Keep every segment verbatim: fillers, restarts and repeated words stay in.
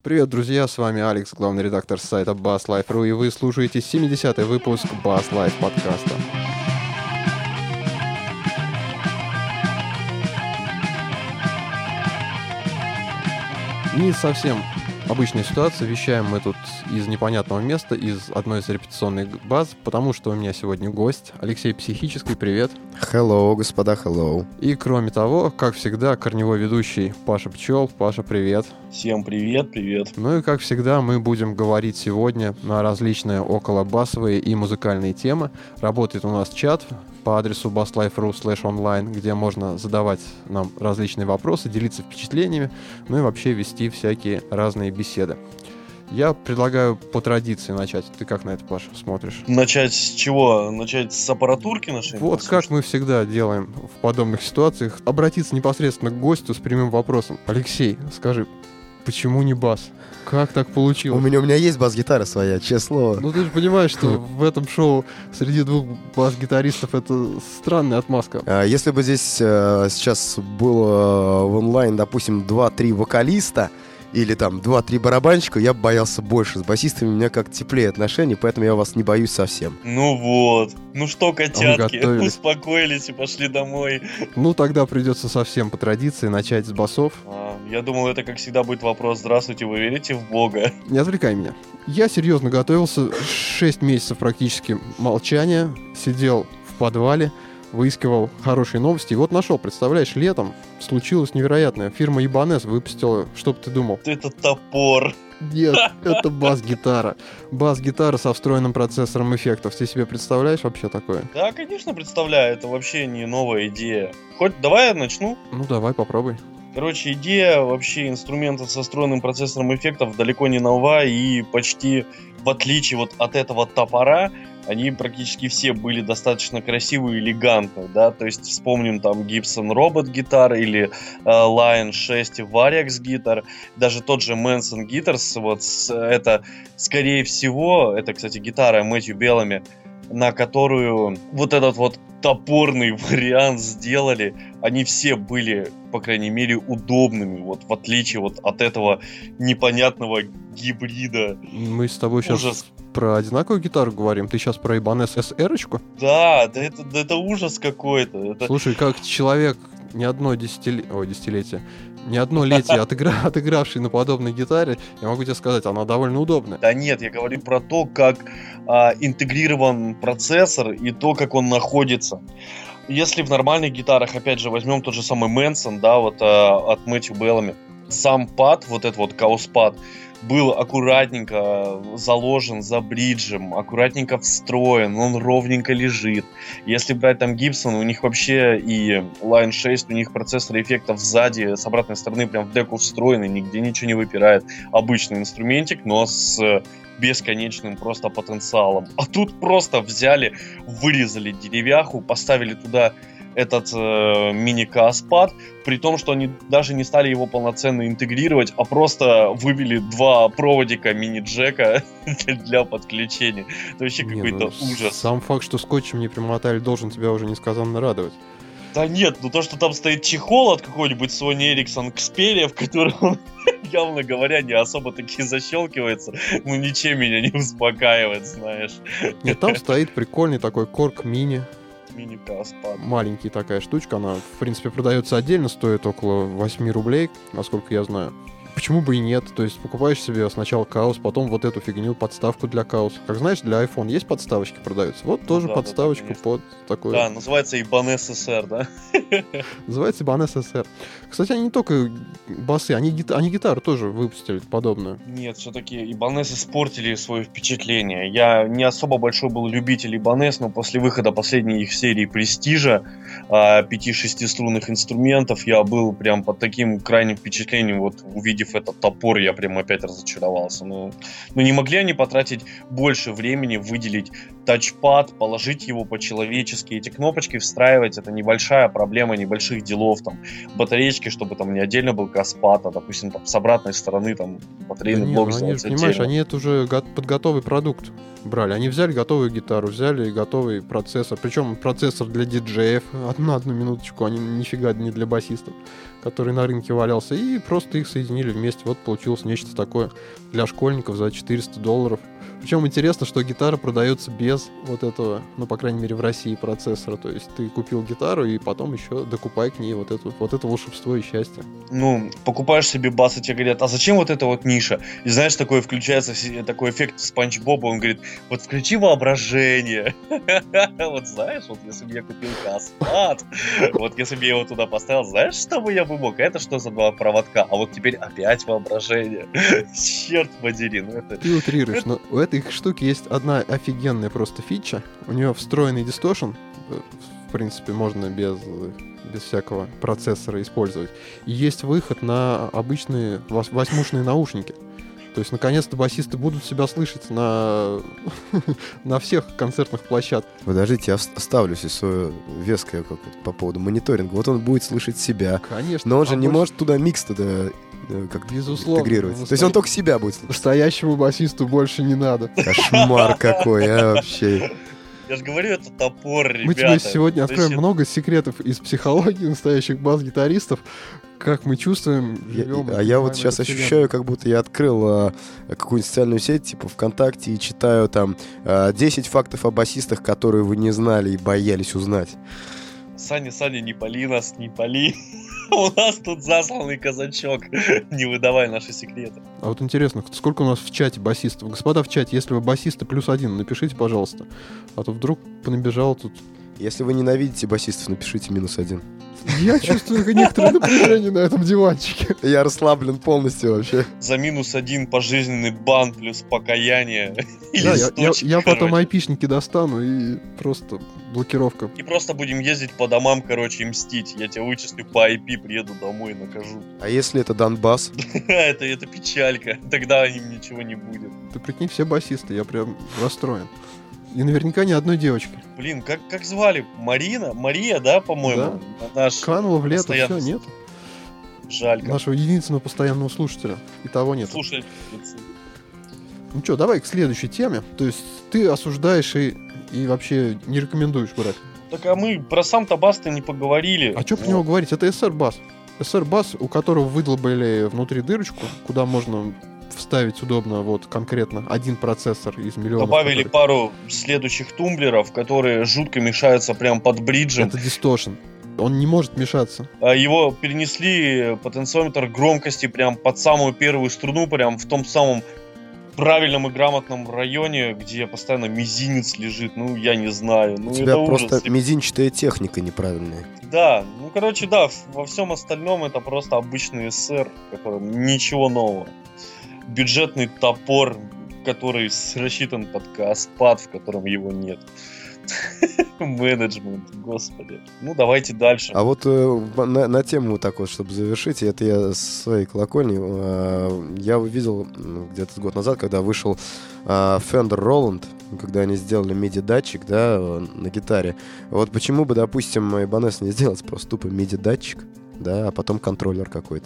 Привет, друзья, с вами Алекс, главный редактор сайта Bass Life точка ру, и вы слушаете семидесятый выпуск Bass Life подкаста. Не совсем обычная ситуация, вещаем мы тут из непонятного места, из одной из репетиционных баз, потому что у меня сегодня гость, Алексей Психический, привет. Hello, господа, hello. И кроме того, как всегда, корневой ведущий Паша Пчел. Паша, привет. Всем привет, привет. Ну и как всегда, мы будем говорить сегодня на различные околобасовые и музыкальные темы. Работает у нас чат по адресу bass life точка ру слэш онлайн, где можно задавать нам различные вопросы, делиться впечатлениями, ну и вообще вести всякие разные беседы. Я предлагаю по традиции начать. Ты как на это, Паша, смотришь? Начать с чего? Начать с аппаратурки нашей? Вот как мы всегда делаем в подобных ситуациях. Обратиться непосредственно к гостю с прямым вопросом. Алексей, скажи, почему не бас? Как так получилось? У меня, у меня есть бас-гитара своя, честное слово. Ну ты же понимаешь, что в этом шоу среди двух бас-гитаристов это странная отмазка. А, если бы здесь а, сейчас было в онлайн, допустим, два-три вокалиста, или там два-три барабанщика, я бы боялся больше. С басистами у меня как теплее отношения, поэтому я вас не боюсь совсем. Ну вот. Ну что, котятки, готовились. успокоились и пошли домой. Ну тогда придется совсем по традиции начать с басов. А, я думал, это, как всегда, будет вопрос: здравствуйте, вы верите в Бога? Не отвлекай меня. Я серьезно готовился. шесть месяцев практически молчания. Сидел в подвале, выискивал хорошие новости. И вот нашел, представляешь, летом случилось невероятное. Фирма Ibanez выпустила, что бы ты думал? Это топор. Нет, это бас-гитара. Бас-гитара со встроенным процессором эффектов. Ты себе представляешь вообще такое? Да, конечно, представляю. Это вообще не новая идея. Хоть давай я начну. Ну давай, попробуй. Короче, идея вообще инструмента со встроенным процессором эффектов далеко не нова, и почти в отличие вот от этого топора, они практически все были достаточно красивые и элегантные, да, то есть вспомним там Gibson Robot гитар или э, Lion шесть Variax гитар, даже тот же Manson Guitars, вот с, это скорее всего, это, кстати, гитара Мэтью Беллами, на которую вот этот вот топорный вариант сделали, они все были, по крайней мере, удобными, вот в отличие вот от этого непонятного гибрида. Мы с тобой сейчас Ужас. про одинаковую гитару говорим. Ты сейчас про Ibanez эс эр-очку? Да, да это, да это ужас какой-то. Это... Слушай, как человек не одно десятилетие, ой, десятилетие, не одно летие отыгра... отыгравший на подобной гитаре, я могу тебе сказать, она довольно удобная. Да нет, я говорю про то, как а, интегрирован процессор и то, как он находится. Если в нормальных гитарах, опять же, возьмем тот же самый Manson, да, вот а, от Мэтью Беллами, сам пад, вот этот вот каус-пад, был аккуратненько заложен за бриджем, аккуратненько встроен, он ровненько лежит. Если брать там Gibson, у них вообще и Lion шесть, у них процессор эффектов сзади, с обратной стороны прям в деку встроенный, нигде ничего не выпирает. Обычный инструментик, но с бесконечным просто потенциалом. А тут просто взяли, вырезали деревяху, поставили туда этот э, мини-каспад, при том, что они даже не стали его полноценно интегрировать, а просто вывели два проводика мини-джека для подключения. Это вообще не, какой-то ну, ужас. Сам факт, что скотчем не примотали, должен тебя уже несказанно радовать. Да нет, ну то, что там стоит чехол от какой-нибудь Sony Ericsson Xperia, в котором он, явно говоря, не особо таки защелкивается, ну ничем меня не успокаивает, знаешь. Нет, там стоит прикольный такой Korg Mini. Мини-каспад. Маленький такая штучка, она, в принципе, продается отдельно, стоит около восемь рублей, насколько я знаю. Почему бы и нет? То есть покупаешь себе сначала каус, потом вот эту фигню, подставку для кауса. Как знаешь, для iPhone есть подставочки продаются? Вот тоже да, подставочку да, да, под такой... Да, называется Ibanez эс эр, да? Называется Ibanez эс эр. Кстати, они не только басы, они, гита- они гитару тоже выпустили подобную. Нет, все-таки Ibanez испортили свое впечатление. Я не особо большой был любитель Ibanez, но после выхода последней их серии Престижа, пяти-шести струнных инструментов, я был прям под таким крайним впечатлением, вот увидев этот топор, я прям опять разочаровался. Ну, ну не могли они потратить больше времени, выделить тачпад, положить его по-человечески, эти кнопочки встраивать, это небольшая проблема небольших делов, там, батареечки, чтобы там не отдельно был каспад, а, допустим, там, с обратной стороны там батарейный Да не, блок ну они, сделать понимаешь, отдельно. они это уже го- под готовый продукт брали. Они взяли готовую гитару, взяли готовый процессор. Причем процессор для диджеев, одну, одну минуточку, они нифига не для басистов, который на рынке валялся. И просто их соединили вместе. Вот получилось нечто такое для школьников за четыреста долларов. Причем интересно, что гитара продается без вот этого, ну, по крайней мере, в России процессора. То есть ты купил гитару и потом еще докупай к ней вот, эту, вот это волшебство и счастье. Ну, покупаешь себе бас, и тебе говорят, а зачем вот эта вот ниша? И знаешь, такое включается, такой эффект Спанч Боба, он говорит, вот включи воображение. Вот знаешь, вот если бы я купил Каспад, вот если бы я его туда поставил, знаешь, что бы я бы мог? Это что за два проводка? А вот теперь опять воображение. Черт подери, ну это... Ты утрируешь, но у этой штуки есть одна офигенная просто фича. У нее встроенный дисторшн, в принципе, можно без, без всякого процессора использовать. И есть выход на обычные вос- восьмушные наушники. То есть, наконец-то, басисты будут себя слышать на, на всех концертных площадках. Подождите, я вс- оставлю себе свое веское как вот, по поводу мониторинга. Вот он будет слышать себя. Конечно. Но он же а не больше может туда микс туда э, как-то Безусловно. интегрировать. Ну, То есть он стоит- только себя будет слышать. Настоящему басисту больше не надо. Кошмар какой, а вообще. Я же говорю, это топор, ребята. Мы тебе сегодня То откроем есть много секретов из психологии настоящих бас-гитаристов, как мы чувствуем, Я- живем. а я вот развиваем сейчас эту вселенную. ощущаю, как будто я открыл а, какую-нибудь социальную сеть, типа ВКонтакте, и читаю там а, десять фактов о басистах, которые вы не знали и боялись узнать. Саня, Саня, не пали нас, не пали. У нас тут засланный казачок. Не выдавай наши секреты. А вот интересно, сколько у нас в чате басистов? Господа в чате, если вы басисты, плюс один, напишите, пожалуйста. А то вдруг понабежал тут... Если вы ненавидите басистов, напишите минус один. Я чувствую некоторое напряжение на этом диванчике. Я расслаблен полностью вообще. За минус один пожизненный бан плюс покаяние. И Да, я, я- листочек, я потом короче. айпишники достану и просто блокировка. И просто будем ездить по домам, короче, и мстить. Я тебя вычислю по ай пи, приеду домой и накажу. А если это Донбасс? это, это печалька. Тогда им ничего не будет. Ты прикинь, все басисты, я прям расстроен. И наверняка ни одной девочки. Блин, как, как звали? Марина? Мария, да, по-моему? Наш... Канула в лето, все, Постоянно. нет. Жаль. Нашего единственного постоянного слушателя. И того нет. Слушай, Ну что, давай к следующей теме. То есть ты осуждаешь и, и вообще не рекомендуешь брать. так а мы про сам-то бас-то не поговорили. А что про него говорить? Это эс эр-бас. эс эр-бас, у которого выдолбали внутри дырочку, куда можно вставить удобно вот конкретно один процессор из миллионов. Добавили которых- пару следующих тумблеров, которые жутко мешаются прям под бриджем. Это дисторшн. Он не может мешаться. А Его перенесли потенциометр громкости прям под самую первую струну, прям в том самом правильном и грамотном районе, где постоянно мизинец лежит. Ну, я не знаю. Ну, У тебя это ужас. просто мизинчатая техника неправильная. Да, ну, короче, да, в- во всем остальном это просто обычный эс эр, в котором ничего нового. Бюджетный топор, который с- рассчитан под Каспад, в котором его нет. Менеджмент, господи. Ну, давайте дальше. А вот э, на, на тему вот так вот, чтобы завершить, это я с своей колокольни, э, я увидел м, где-то год назад, когда вышел э, Fender Roland, когда они сделали миди-датчик, да, э, на гитаре. Вот почему бы, допустим, Ibanez не сделать просто тупо миди-датчик, да, а потом контроллер какой-то.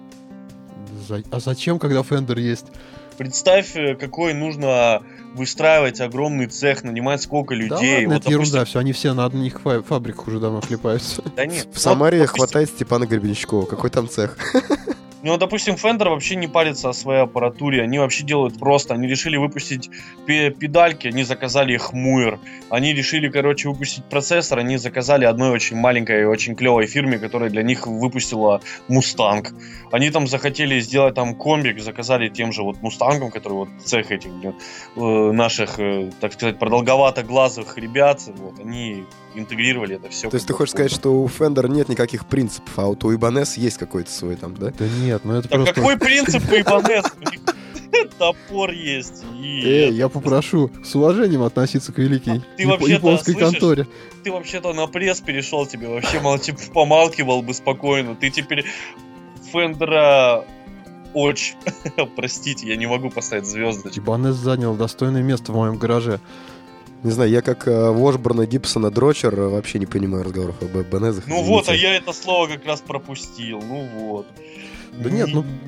За- А зачем, когда Fender есть? Представь, э, какой нужно выстраивать огромный цех, нанимать сколько Да людей. ладно, Вот, это ерунда, допустим, все, они все на одних фа- фабриках уже давно клепаются. да нет, В Самаре вот, допустим, хватает Степана Гребенщикова. Какой там цех? Ну, допустим, Fender вообще не парится о своей аппаратуре. Они вообще делают просто. Они решили выпустить пе- педальки, они заказали их Muir. Они решили, короче, выпустить процессор, они заказали одной очень маленькой и очень клевой фирме, которая для них выпустила Mustang. Они там захотели сделать там комбик, заказали тем же вот Мустангом, который вот цех этих, блин, э, наших, э, так сказать, продолговато-глазых ребят. Вот, они интегрировали это все. То есть ты хочешь сказать, что у Fender нет никаких принципов, а вот у Ibanez есть какой-то свой там, да? Да нет, ну это Да просто... какой принцип у Ibanez? У них топор есть. И Эй, я попрошу с уважением относиться к великой Ты япо- вообще-то японской слышишь? конторе. ты вообще-то на пресс перешел, тебе вообще мол, типа, помалкивал бы спокойно. Ты теперь Фендера очень... Простите, я не могу поставить звездочку. Ibanez занял достойное место в моем гараже. Не знаю, я как э, Вошборна, Гибсона, Дрочер э, вообще не понимаю разговоров об Ibanez. Ну вот, а я это слово как раз пропустил. Ну вот. Да нет, ну,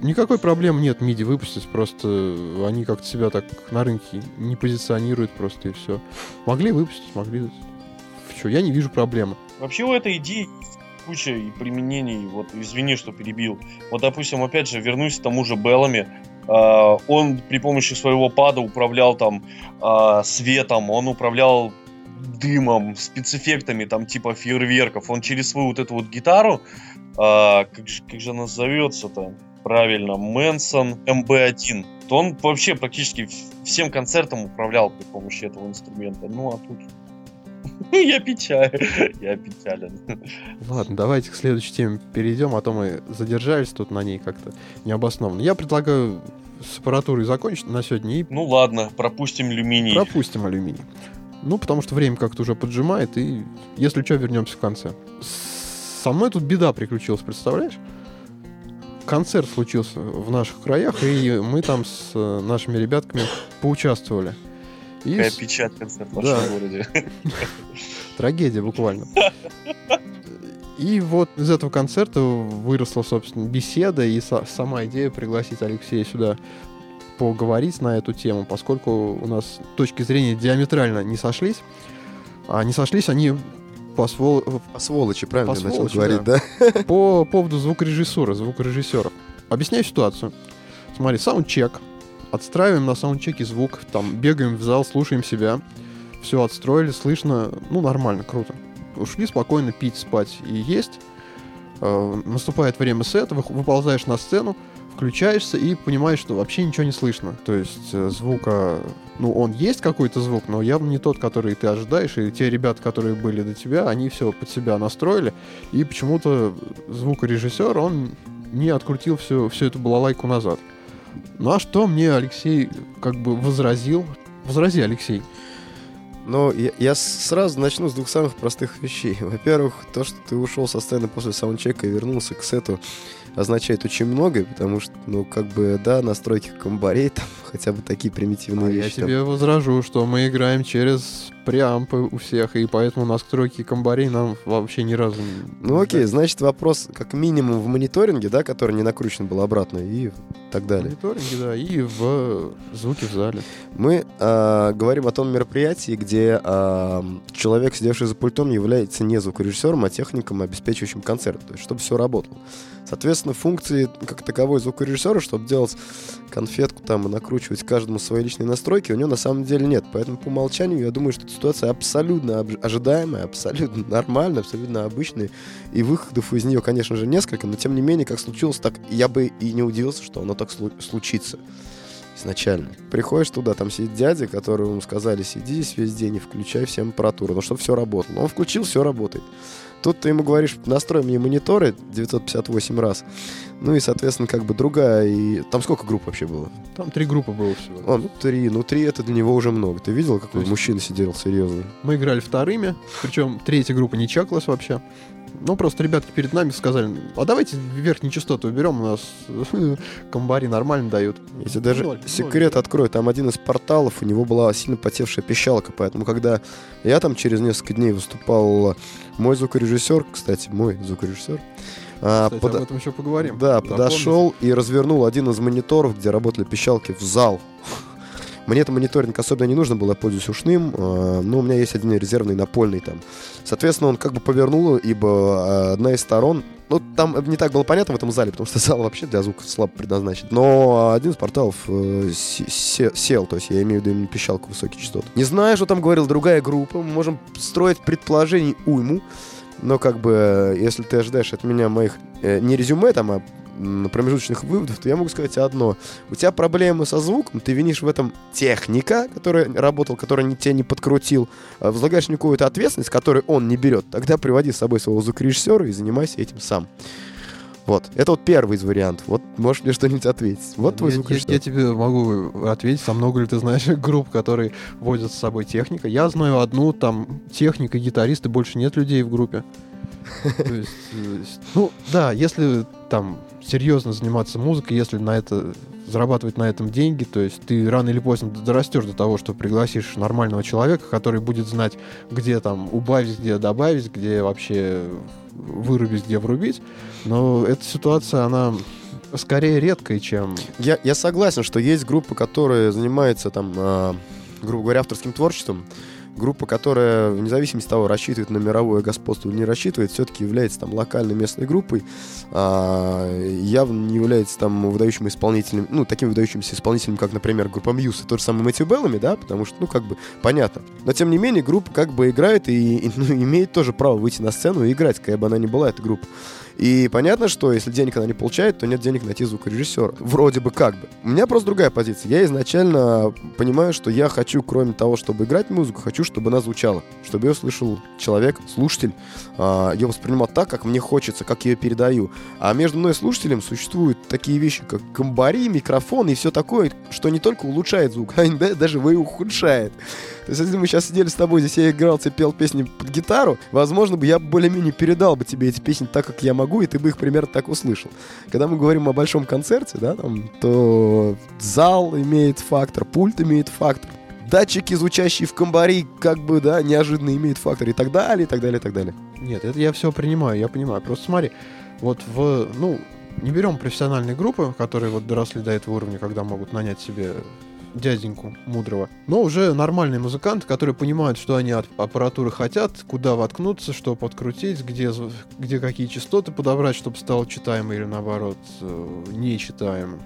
никакой проблемы нет миди выпустить, просто они как-то себя так на рынке не позиционируют просто и все. Могли выпустить, могли. Что, я не вижу проблемы. Вообще у этой идеи куча и применений. Вот, извини, что перебил. Вот, допустим, опять же, вернусь к тому же Беллами. Uh, он при помощи своего пада управлял там uh, светом, он управлял дымом, спецэффектами там типа фейерверков. Он через свою вот эту вот гитару, uh, как, же, как же она зовется-то правильно, Мэнсон эм бэ один, то он вообще практически всем концертом управлял при помощи этого инструмента. Ну а тут я печален, я печален. Ладно, давайте к следующей теме перейдем, а то мы задержались тут на ней как-то необоснованно. Я предлагаю с аппаратурой закончить на сегодня и... Ну ладно, пропустим алюминий. Пропустим алюминий. Ну, потому что время как-то уже поджимает, и если что, вернемся в конце. Со мной тут беда приключилась, представляешь? Концерт случился в наших краях, и мы там с нашими ребятками поучаствовали. И Какая с... печать концерт в да. вашем городе. Трагедия буквально. И вот из этого концерта выросла, собственно, беседа и со- сама идея пригласить Алексея сюда поговорить на эту тему, поскольку у нас точки зрения диаметрально не сошлись. А не сошлись они по, свол... по сволочи, правильно по я начал сволочи, говорить, да? да? По поводу звукорежиссуры, звукорежиссеров. Объясняю ситуацию. Смотри, саундчек. Отстраиваем на саундчеке звук, там бегаем в зал, слушаем себя. Все отстроили, слышно, ну, нормально, круто. Ушли спокойно пить, спать и есть. Э, наступает время сета, вы, выползаешь на сцену, включаешься и понимаешь, что вообще ничего не слышно. То есть э, звука, ну, он есть какой-то звук, но явно не тот, который ты ожидаешь. И те ребята, которые были до тебя, они все под себя настроили. И почему-то звукорежиссер, он не открутил всю, всю эту балалайку назад. Ну а что мне Алексей как бы возразил? Возрази, Алексей. Ну, я, я сразу начну с двух самых простых вещей. Во-первых, то, что ты ушел со сцены после саундчека и вернулся к сету, означает очень многое, потому что, ну, как бы, да, настройки комбарей, там, хотя бы такие примитивные А вещи. я тебе там. возражу, что мы играем через преампы у всех, и поэтому настройки комбарей нам вообще ни разу не... Ну, окей, значит, вопрос как минимум в мониторинге, да, который не накручен был обратно, и так В далее. мониторинге, да, и в звуке в зале. Мы э, говорим о том мероприятии, где э, человек, сидевший за пультом, является не звукорежиссером, а техником, обеспечивающим концерт, то есть чтобы все работало. Соответственно, функции как таковой звукорежиссера, чтобы делать конфетку там и накручивать каждому свои личные настройки, у него на самом деле нет. Поэтому по умолчанию я думаю, что эта ситуация абсолютно об- ожидаемая, абсолютно нормальная, абсолютно обычная. И выходов из нее, конечно же, несколько, но тем не менее, как случилось, так я бы и не удивился, что оно так слу- случится изначально. Приходишь туда, там сидит дядя, которому сказали: сиди здесь весь день и включай всем аппаратуру, ну, чтобы все работало. Он включил, все работает. Тут ты ему говоришь: настрой мне мониторы девятьсот пятьдесят восемь раз. Ну и, соответственно, как бы другая. И там сколько групп вообще было? Там три группы было всего. О, ну три. Ну три это для него уже много. Ты видел, какой есть... мужчина сидел серьезный? Мы играли вторыми, причем третья группа не чекалась вообще. Ну, просто ребятки перед нами сказали: а давайте верхние частоты уберем, у нас комбари нормально дают. Я тебе даже ноль, секрет ноль. открою. Там один из порталов, у него была сильно потевшая пищалка. Поэтому, когда я там через несколько дней выступал, мой звукорежиссер, кстати, мой звукорежиссер, Кстати, под... об этом еще поговорим. Да, Запомните. подошел и развернул один из мониторов, где работали пищалки, в зал. Мне это мониторинг особенно не нужно было, я пользуюсь ушным, э, но у меня есть один резервный напольный там. Соответственно, он как бы повернул, ибо одна из сторон... Ну, там не так было понятно в этом зале, потому что зал вообще для звука слабо предназначен. Но один из порталов э, се- сел, то есть я имею в виду именно пищалку высоких частот. Не знаю, что там говорила другая группа, мы можем строить предположений уйму, но как бы, если ты ожидаешь от меня моих э, не резюме там, а промежуточных выводов, то я могу сказать одно. У тебя проблемы со звуком, ты винишь в этом техника, который работал, который не, тебя не подкрутил, возлагаешь ему какую-то ответственность, которую он не берет, тогда приводи с собой своего звукорежиссера и занимайся этим сам. Вот. Это вот первый из вариантов. Вот можешь мне что-нибудь ответить. Вот твой я, звукорежиссер. Я, я тебе могу ответить, а много ли ты знаешь групп, которые возят с собой техника. Я знаю одну, там техника, гитаристы, больше нет людей в группе. То есть, ну, да, если там серьезно заниматься музыкой, если на это зарабатывать на этом деньги, то есть ты рано или поздно дорастешь до того, что пригласишь нормального человека, который будет знать, где там убавить, где добавить, где вообще вырубить, где врубить. Но эта ситуация, она скорее редкой, чем... Я, я согласен, что есть группы, которые занимаются, там, э, грубо говоря, авторским творчеством. Группа, которая, вне зависимости от того, рассчитывает на мировое господство или не рассчитывает, все-таки является там локальной местной группой, а, явно не является там выдающим исполнителем, ну, таким выдающимся исполнителем, как, например, группа Muse, и тот же самый Мэтью Беллами, да, потому что, ну, как бы, понятно. Но, тем не менее, группа как бы играет и, и ну, имеет тоже право выйти на сцену и играть, какая бы она ни была, эта группа. И понятно, что если денег она не получает, то нет денег найти звукорежиссера. Вроде бы как бы. У меня просто другая позиция. Я изначально понимаю, что я хочу, кроме того, чтобы играть музыку, хочу, чтобы она звучала. Чтобы ее слышал человек, слушатель, ее воспринимал так, как мне хочется, как я ее передаю. А между мной и слушателем существуют такие вещи, как комбари, микрофон и все такое, что не только улучшает звук, а даже его и ухудшает. То есть, если мы сейчас сидели с тобой, здесь я играл, тебе пел песни под гитару, возможно бы я более-менее передал бы тебе эти песни так, как я могу, и ты бы их примерно так услышал. Когда мы говорим о большом концерте, да, там, то зал имеет фактор, пульт имеет фактор, датчики, звучащие в комбари, как бы, да, неожиданно имеют фактор, и так далее, и так далее, и так далее. Нет, это я все принимаю, я понимаю. Просто смотри, вот в, ну, не берем профессиональные группы, которые вот доросли до этого уровня, когда могут нанять себе дяденьку мудрого, но уже нормальные музыканты, которые понимают, что они от аппаратуры хотят, куда воткнуться, что подкрутить, где, где какие частоты подобрать, чтобы стало читаемым или наоборот нечитаемым.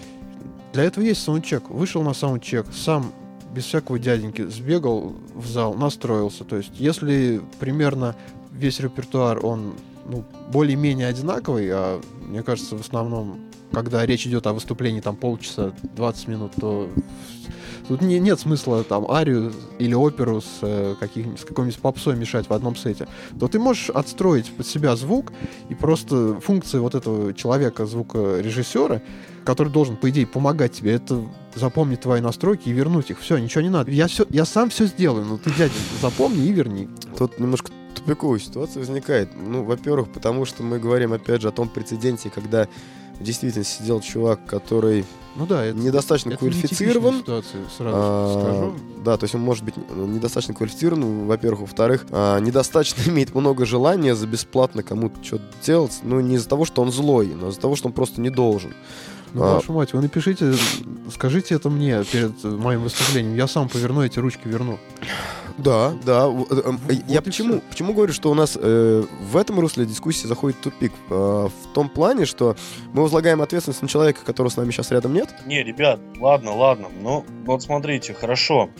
Для этого есть саундчек. Вышел на саундчек, сам без всякого дяденьки сбегал в зал, настроился. То есть если примерно весь репертуар, он, ну, более-менее одинаковый, а мне кажется, в основном, когда речь идет о выступлении там полчаса, двадцать минут, то тут не, нет смысла там арию или оперу с, э, каких, с какой-нибудь попсой мешать в одном сете. То ты можешь отстроить под себя звук, и просто функция вот этого человека, звукорежиссера, который должен, по идее, помогать тебе, это запомнить твои настройки и вернуть их. Все, ничего не надо. Я, все, я сам все сделаю, но ты, дядя, запомни и верни. Тут немножко тупиковая ситуация возникает. Ну, во-первых, потому что мы говорим, опять же, о том прецеденте, когда действительно сидел чувак, который ну да, это, недостаточно это квалифицирован. Не ситуация, сразу а, скажу. Да, то есть он может быть недостаточно квалифицирован, во-первых. Во-вторых, а, недостаточно имеет много желания за бесплатно кому-то что-то делать. Ну, не из-за того, что он злой, но из-за того, что он просто не должен. Ну, а, вашу мать, вы напишите, скажите это мне перед моим выступлением. Я сам поверну эти ручки, верну. Да, да. Вот я почему, все. почему говорю, что у нас э, в этом русле дискуссия заходит в тупик? Э, в том плане, что мы возлагаем ответственность на человека, которого с нами сейчас рядом нет. Не, ребят, ладно, ладно. Ну, вот смотрите, хорошо.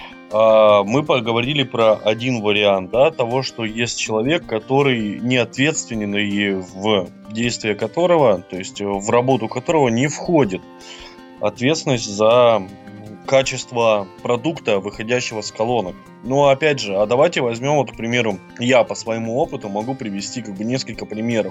А, мы поговорили про один вариант, да, того, что есть человек, который не ответственен и в действие которого, то есть в работу которого не входит ответственность за качество продукта, выходящего с колонок. Но опять же, а давайте возьмем, вот, к примеру, я по своему опыту могу привести как бы несколько примеров.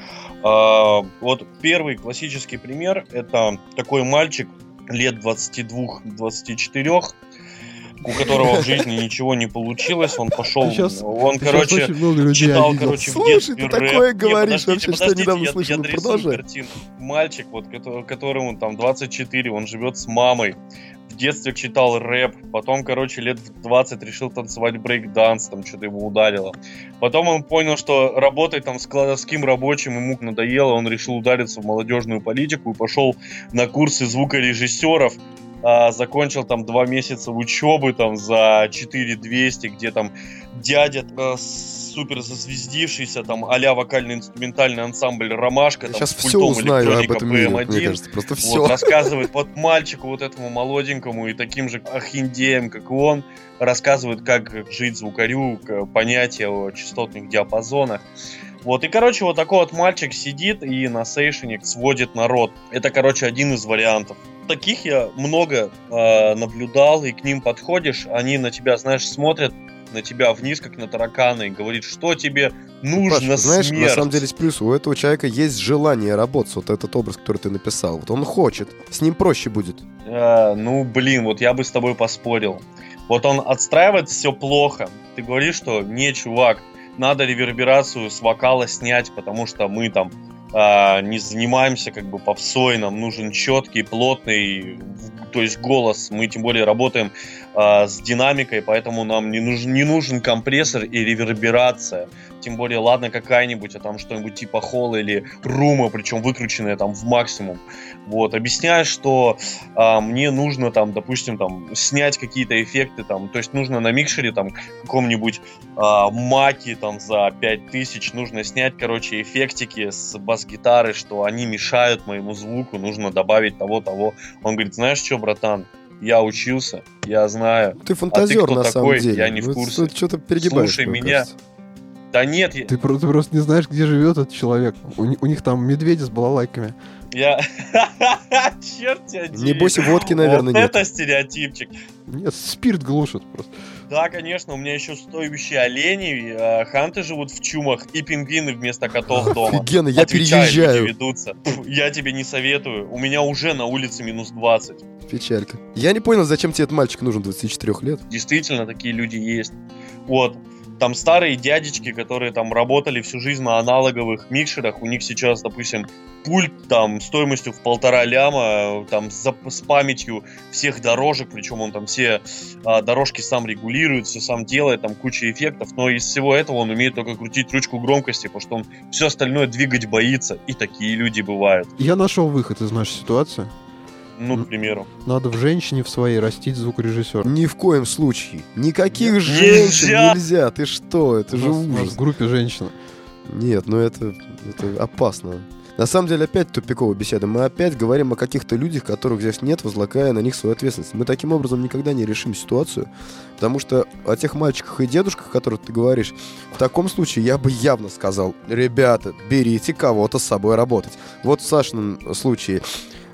А, вот первый классический пример — это такой мальчик лет двадцати двух — двадцати четырёх, у которого в жизни ничего не получилось, он пошел, сейчас, он, короче, читал, короче, в детстве рэп. Слушай, ты такое говоришь, не, вообще, что недавно я, слышал, я продолжай. картину. Мальчик, вот, которому там двадцать четыре, он живет с мамой, в детстве читал рэп, потом, короче, лет в двадцать решил танцевать брейк-данс, там что-то его ударило. Потом он понял, что работать там складским рабочим ему надоело, он решил удариться в молодежную политику и пошел на курсы звукорежиссеров. А, закончил там два месяца учебы там за четыре тысячи двести, где там дядя а, супер зазвездившийся, там а-ля вокально-инструментальный ансамбль «Ромашка». Я там, сейчас с все пультом узнаю об этом мире, пэ эм один, мне кажется, просто все. Вот, рассказывает вот мальчику вот этому молоденькому и таким же ахиндеем, как и он, рассказывает, как жить звукарю, понятие о частотных диапазонах. Вот, и, короче, вот такой вот мальчик сидит и на сейшене сводит народ. Это, короче, один из вариантов. Таких я много э, наблюдал, и к ним подходишь, они на тебя, знаешь, смотрят на тебя вниз, как на таракана, и говорит, что тебе нужно, Паш, знаешь, смерть. на самом деле, с плюс, у этого человека есть желание работать, вот этот образ, который ты написал. Вот он хочет, с ним проще будет. Э, ну, блин, вот я бы с тобой поспорил. Вот он отстраивает все плохо. Ты говоришь, что не, чувак, надо реверберацию с вокала снять, потому что мы там а, не занимаемся как бы попсой, нам нужен четкий, плотный, то есть голос. Мы тем более работаем а, с динамикой, поэтому нам не нужен, не нужен компрессор и реверберация. Тем более, ладно, какая-нибудь, а там что-нибудь типа холла или рума, причем выкрученная там в максимум. Вот, объясняю, что а, мне нужно там, допустим, там снять какие-то эффекты, там, то есть нужно на микшере там каком-нибудь а, маке там за пять тысяч нужно снять, короче, эффектики с бас-гитары, что они мешают моему звуку, нужно добавить того-того. Он говорит, знаешь что, братан, я учился, я знаю. Ты фантазер, а ты кто на такой? самом деле. Я не в Ну, курсе. Ты что-то перегибаешь. Слушай мне меня. кажется. Да нет, я... Ты, про- ты просто не знаешь, где живет этот человек. У, ни- у них там медведи с балалайками. я... Черт тебя дери. Небось и водки, наверное, Вот нет. это стереотипчик. Нет, спирт глушит просто. Да, конечно, у меня еще стоящие олени, э, ханты живут в чумах и пингвины вместо котов дома. Офигенно, я Отвечаю, люди переезжаю. ведутся. Пф, я тебе не советую. У меня уже на улице минус двадцать. Печалька. Я не понял, зачем тебе этот мальчик нужен двадцати четырёх лет. Действительно, такие люди есть. Вот. Там старые дядечки, которые там работали всю жизнь на аналоговых микшерах, у них сейчас, допустим, пульт там стоимостью в полтора ляма, там с, с памятью всех дорожек, причем он там все а, дорожки сам регулирует, все сам делает, там куча эффектов, но из всего этого он умеет только крутить ручку громкости, потому что он все остальное двигать боится, и такие люди бывают. Я нашел выход из нашей ситуации. Ну, М. к примеру. Надо в женщине в своей растить звукорежиссера. Ни в коем случае. Никаких Нет. женщин Нельзя. нельзя. Ты что? Это У же нас- у нас ужас. в группе женщина. Нет, ну это, это опасно. На самом деле опять тупиковая беседа. Мы опять говорим о каких-то людях, которых здесь нет, возлагая на них свою ответственность. Мы таким образом никогда не решим ситуацию, потому что о тех мальчиках и дедушках, о которых ты говоришь, в таком случае я бы явно сказал, ребята, берите кого-то с собой работать. Вот в Сашином случае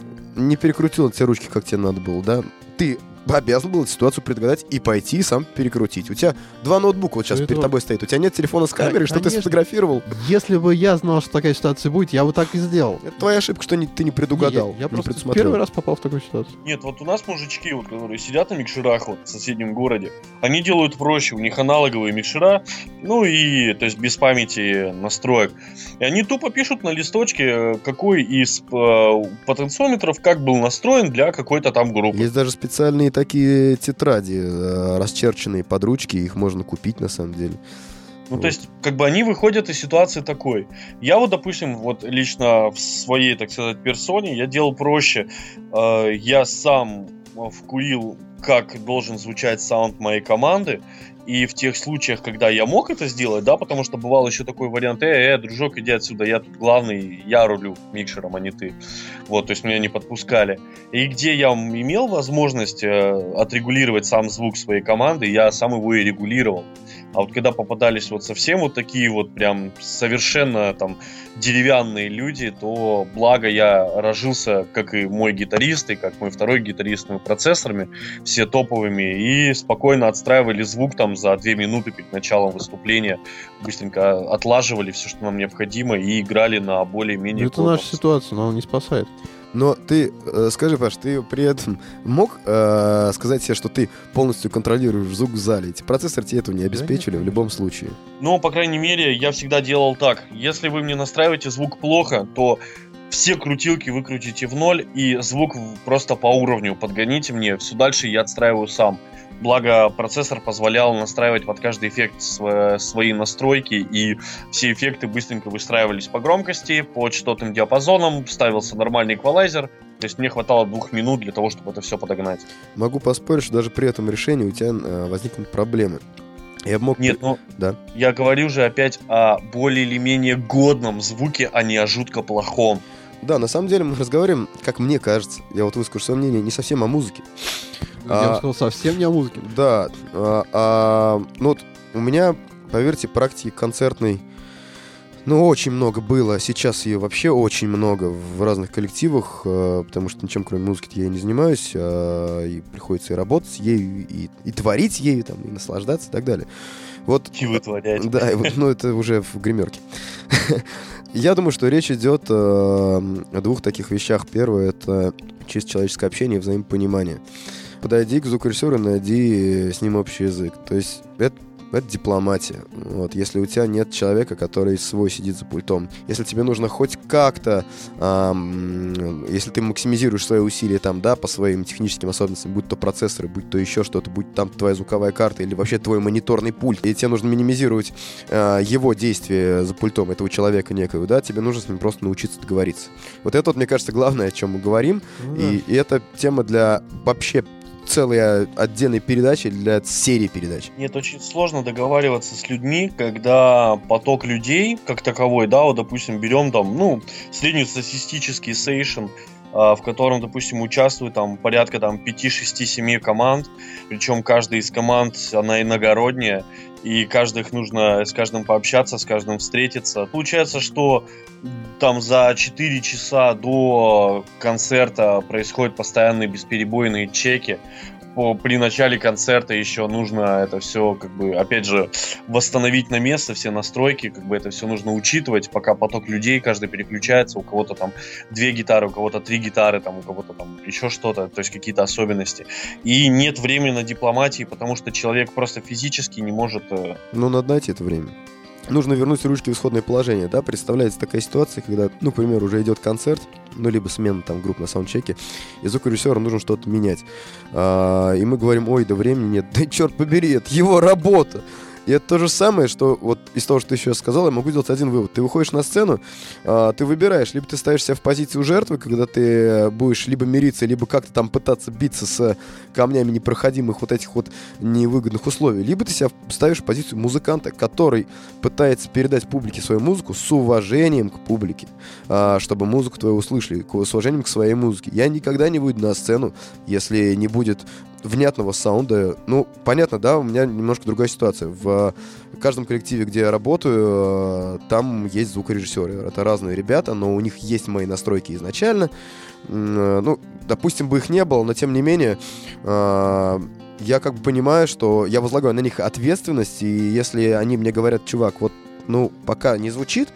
не перекрутил те ручки, как тебе надо было, да? Ты обязан был эту ситуацию предугадать и пойти сам перекрутить. У тебя два ноутбука вот сейчас Это перед вот- тобой стоит. У тебя нет телефона с камерой, что ты конечно. сфотографировал. Если бы я знал, что такая ситуация будет, я бы так и сделал. Это твоя ошибка, что не- ты не предугадал, Я, я не просто предусмотрел. первый раз попал в такую ситуацию. Нет, вот у нас мужички, вот, которые сидят на микшерах вот, в соседнем городе, они делают проще, у них аналоговые микшера, ну и, то есть, без памяти настроек. И они тупо пишут на листочке, какой из э, потенциометров как был настроен для какой-то там группы. Есть даже специальные такие тетради, э, расчерченные под ручки, их можно купить на самом деле. Ну, Вот. то есть, как бы они выходят из ситуации такой. Я вот, допустим, вот лично в своей, так сказать, персоне я делал проще. Э, Я сам э, вкурил, как должен звучать саунд моей команды. И в тех случаях, когда я мог это сделать, да, потому что бывал еще такой вариант, э, э, дружок, иди отсюда, я тут главный, я рулю микшером, а не ты. Вот, то есть меня не подпускали. И где я имел возможность э, отрегулировать сам звук своей команды, я сам его и регулировал. А вот когда попадались вот совсем вот такие вот прям совершенно там деревянные люди, то благо я разжился, как и мой гитарист, и как мой второй гитарист, мы процессорами, все топовыми, и спокойно отстраивали звук там за две минуты перед началом выступления, быстренько отлаживали все, что нам необходимо, и играли на более-менее... Ну, это плотном наша ситуация, но она не спасает. Но ты, э, скажи, Паш, ты при этом мог э, сказать себе, что ты полностью контролируешь звук в зале? Эти процессоры тебе этого не обеспечили нет, в любом случае. Но, по крайней мере, я всегда делал так. Если вы мне настраиваете звук плохо, то все крутилки выкрутите в ноль, и звук в- просто по уровню подгоните мне. Все дальше я отстраиваю сам. Благо, процессор позволял настраивать под каждый эффект св- свои настройки, и все эффекты быстренько выстраивались по громкости, по частотным диапазонам, ставился нормальный эквалайзер. То есть мне хватало двух минут для того, чтобы это все подогнать. Могу поспорить, что даже при этом решении у тебя э, возникнут проблемы. Я бы мог... Нет, ну, Да. я говорю же опять о более или менее годном звуке, а не о жутко плохом. Да, на самом деле мы разговариваем, как мне кажется, я вот выскажу свое мнение, не совсем о музыке. Я А- бы сказал, совсем не о музыке. Да, а, а, ну вот у меня, поверьте, практики концертной, ну, очень много было. Сейчас ее вообще очень много в разных коллективах, э, потому что ничем, кроме музыки, я и не занимаюсь, а, и приходится и работать ею, и, и творить ею, там, и наслаждаться и так далее. Вот, И вытворять. да, и вот, ну, это уже в гримерке. Я думаю, что речь идет э, о двух таких вещах. Первое — это чисто человеческое общение и взаимопонимание. Подойди к звукорежиссеру, найди с ним общий язык. То есть это это дипломатия. Вот, если у тебя нет человека, который свой сидит за пультом. Если тебе нужно хоть как-то, эм, если ты максимизируешь свои усилия там, да, по своим техническим особенностям, будь то процессоры, будь то еще что-то, будь там твоя звуковая карта или вообще твой мониторный пульт, и тебе нужно минимизировать э, его действия за пультом, этого человека некого, да, тебе нужно с ним просто научиться договориться. Вот это, вот, мне кажется, главное, о чем мы говорим, ну, да. и, и это тема для вообще целой отдельной передачи, для серии передач. Нет, очень сложно договариваться с людьми, когда поток людей, как таковой, да, вот, допустим, берем там, ну, среднестатистический сейшн, в котором, допустим, участвует там порядка там пять, шесть, семь команд, причем каждая из команд, она иногородняя, и каждых нужно с каждым пообщаться, с каждым встретиться. Получается, что там за четыре часа до концерта происходят постоянные бесперебойные чеки. При начале концерта еще нужно это все, как бы, опять же, восстановить на место, все настройки, как бы это все нужно учитывать, пока поток людей, каждый переключается, у кого-то там две гитары, у кого-то три гитары, там, у кого-то там еще что-то, то есть какие-то особенности. И нет времени на дипломатии, потому что человек просто физически не может... Ну, надо найти это время. Нужно вернуть ручки в исходное положение, да, представляется такая ситуация, когда, ну, к примеру, уже идет концерт, ну, либо смена там групп на саундчеке, и звукорежиссеру нужно что-то менять. А, и мы говорим, ой, да времени нет, да черт побери, это его работа. И это то же самое, что вот из того, что ты сейчас сказал, я могу сделать один вывод. Ты выходишь на сцену, а, ты выбираешь, либо ты ставишь себя в позицию жертвы, когда ты будешь либо мириться, либо как-то там пытаться биться с камнями непроходимых вот этих вот невыгодных условий, либо ты себя ставишь в позицию музыканта, который пытается передать публике свою музыку с уважением к публике, а, чтобы музыку твою услышали, с уважением к своей музыке. Я никогда не выйду на сцену, если не будет внятного саунда. Ну, понятно, да, у меня немножко другая ситуация. В каждом коллективе, где я работаю, там есть звукорежиссеры. Это разные ребята, но у них есть мои настройки изначально. Ну, допустим, бы их не было, но тем не менее, я как бы понимаю, что я возлагаю на них ответственность, и если они мне говорят, чувак, вот, ну, пока не звучит,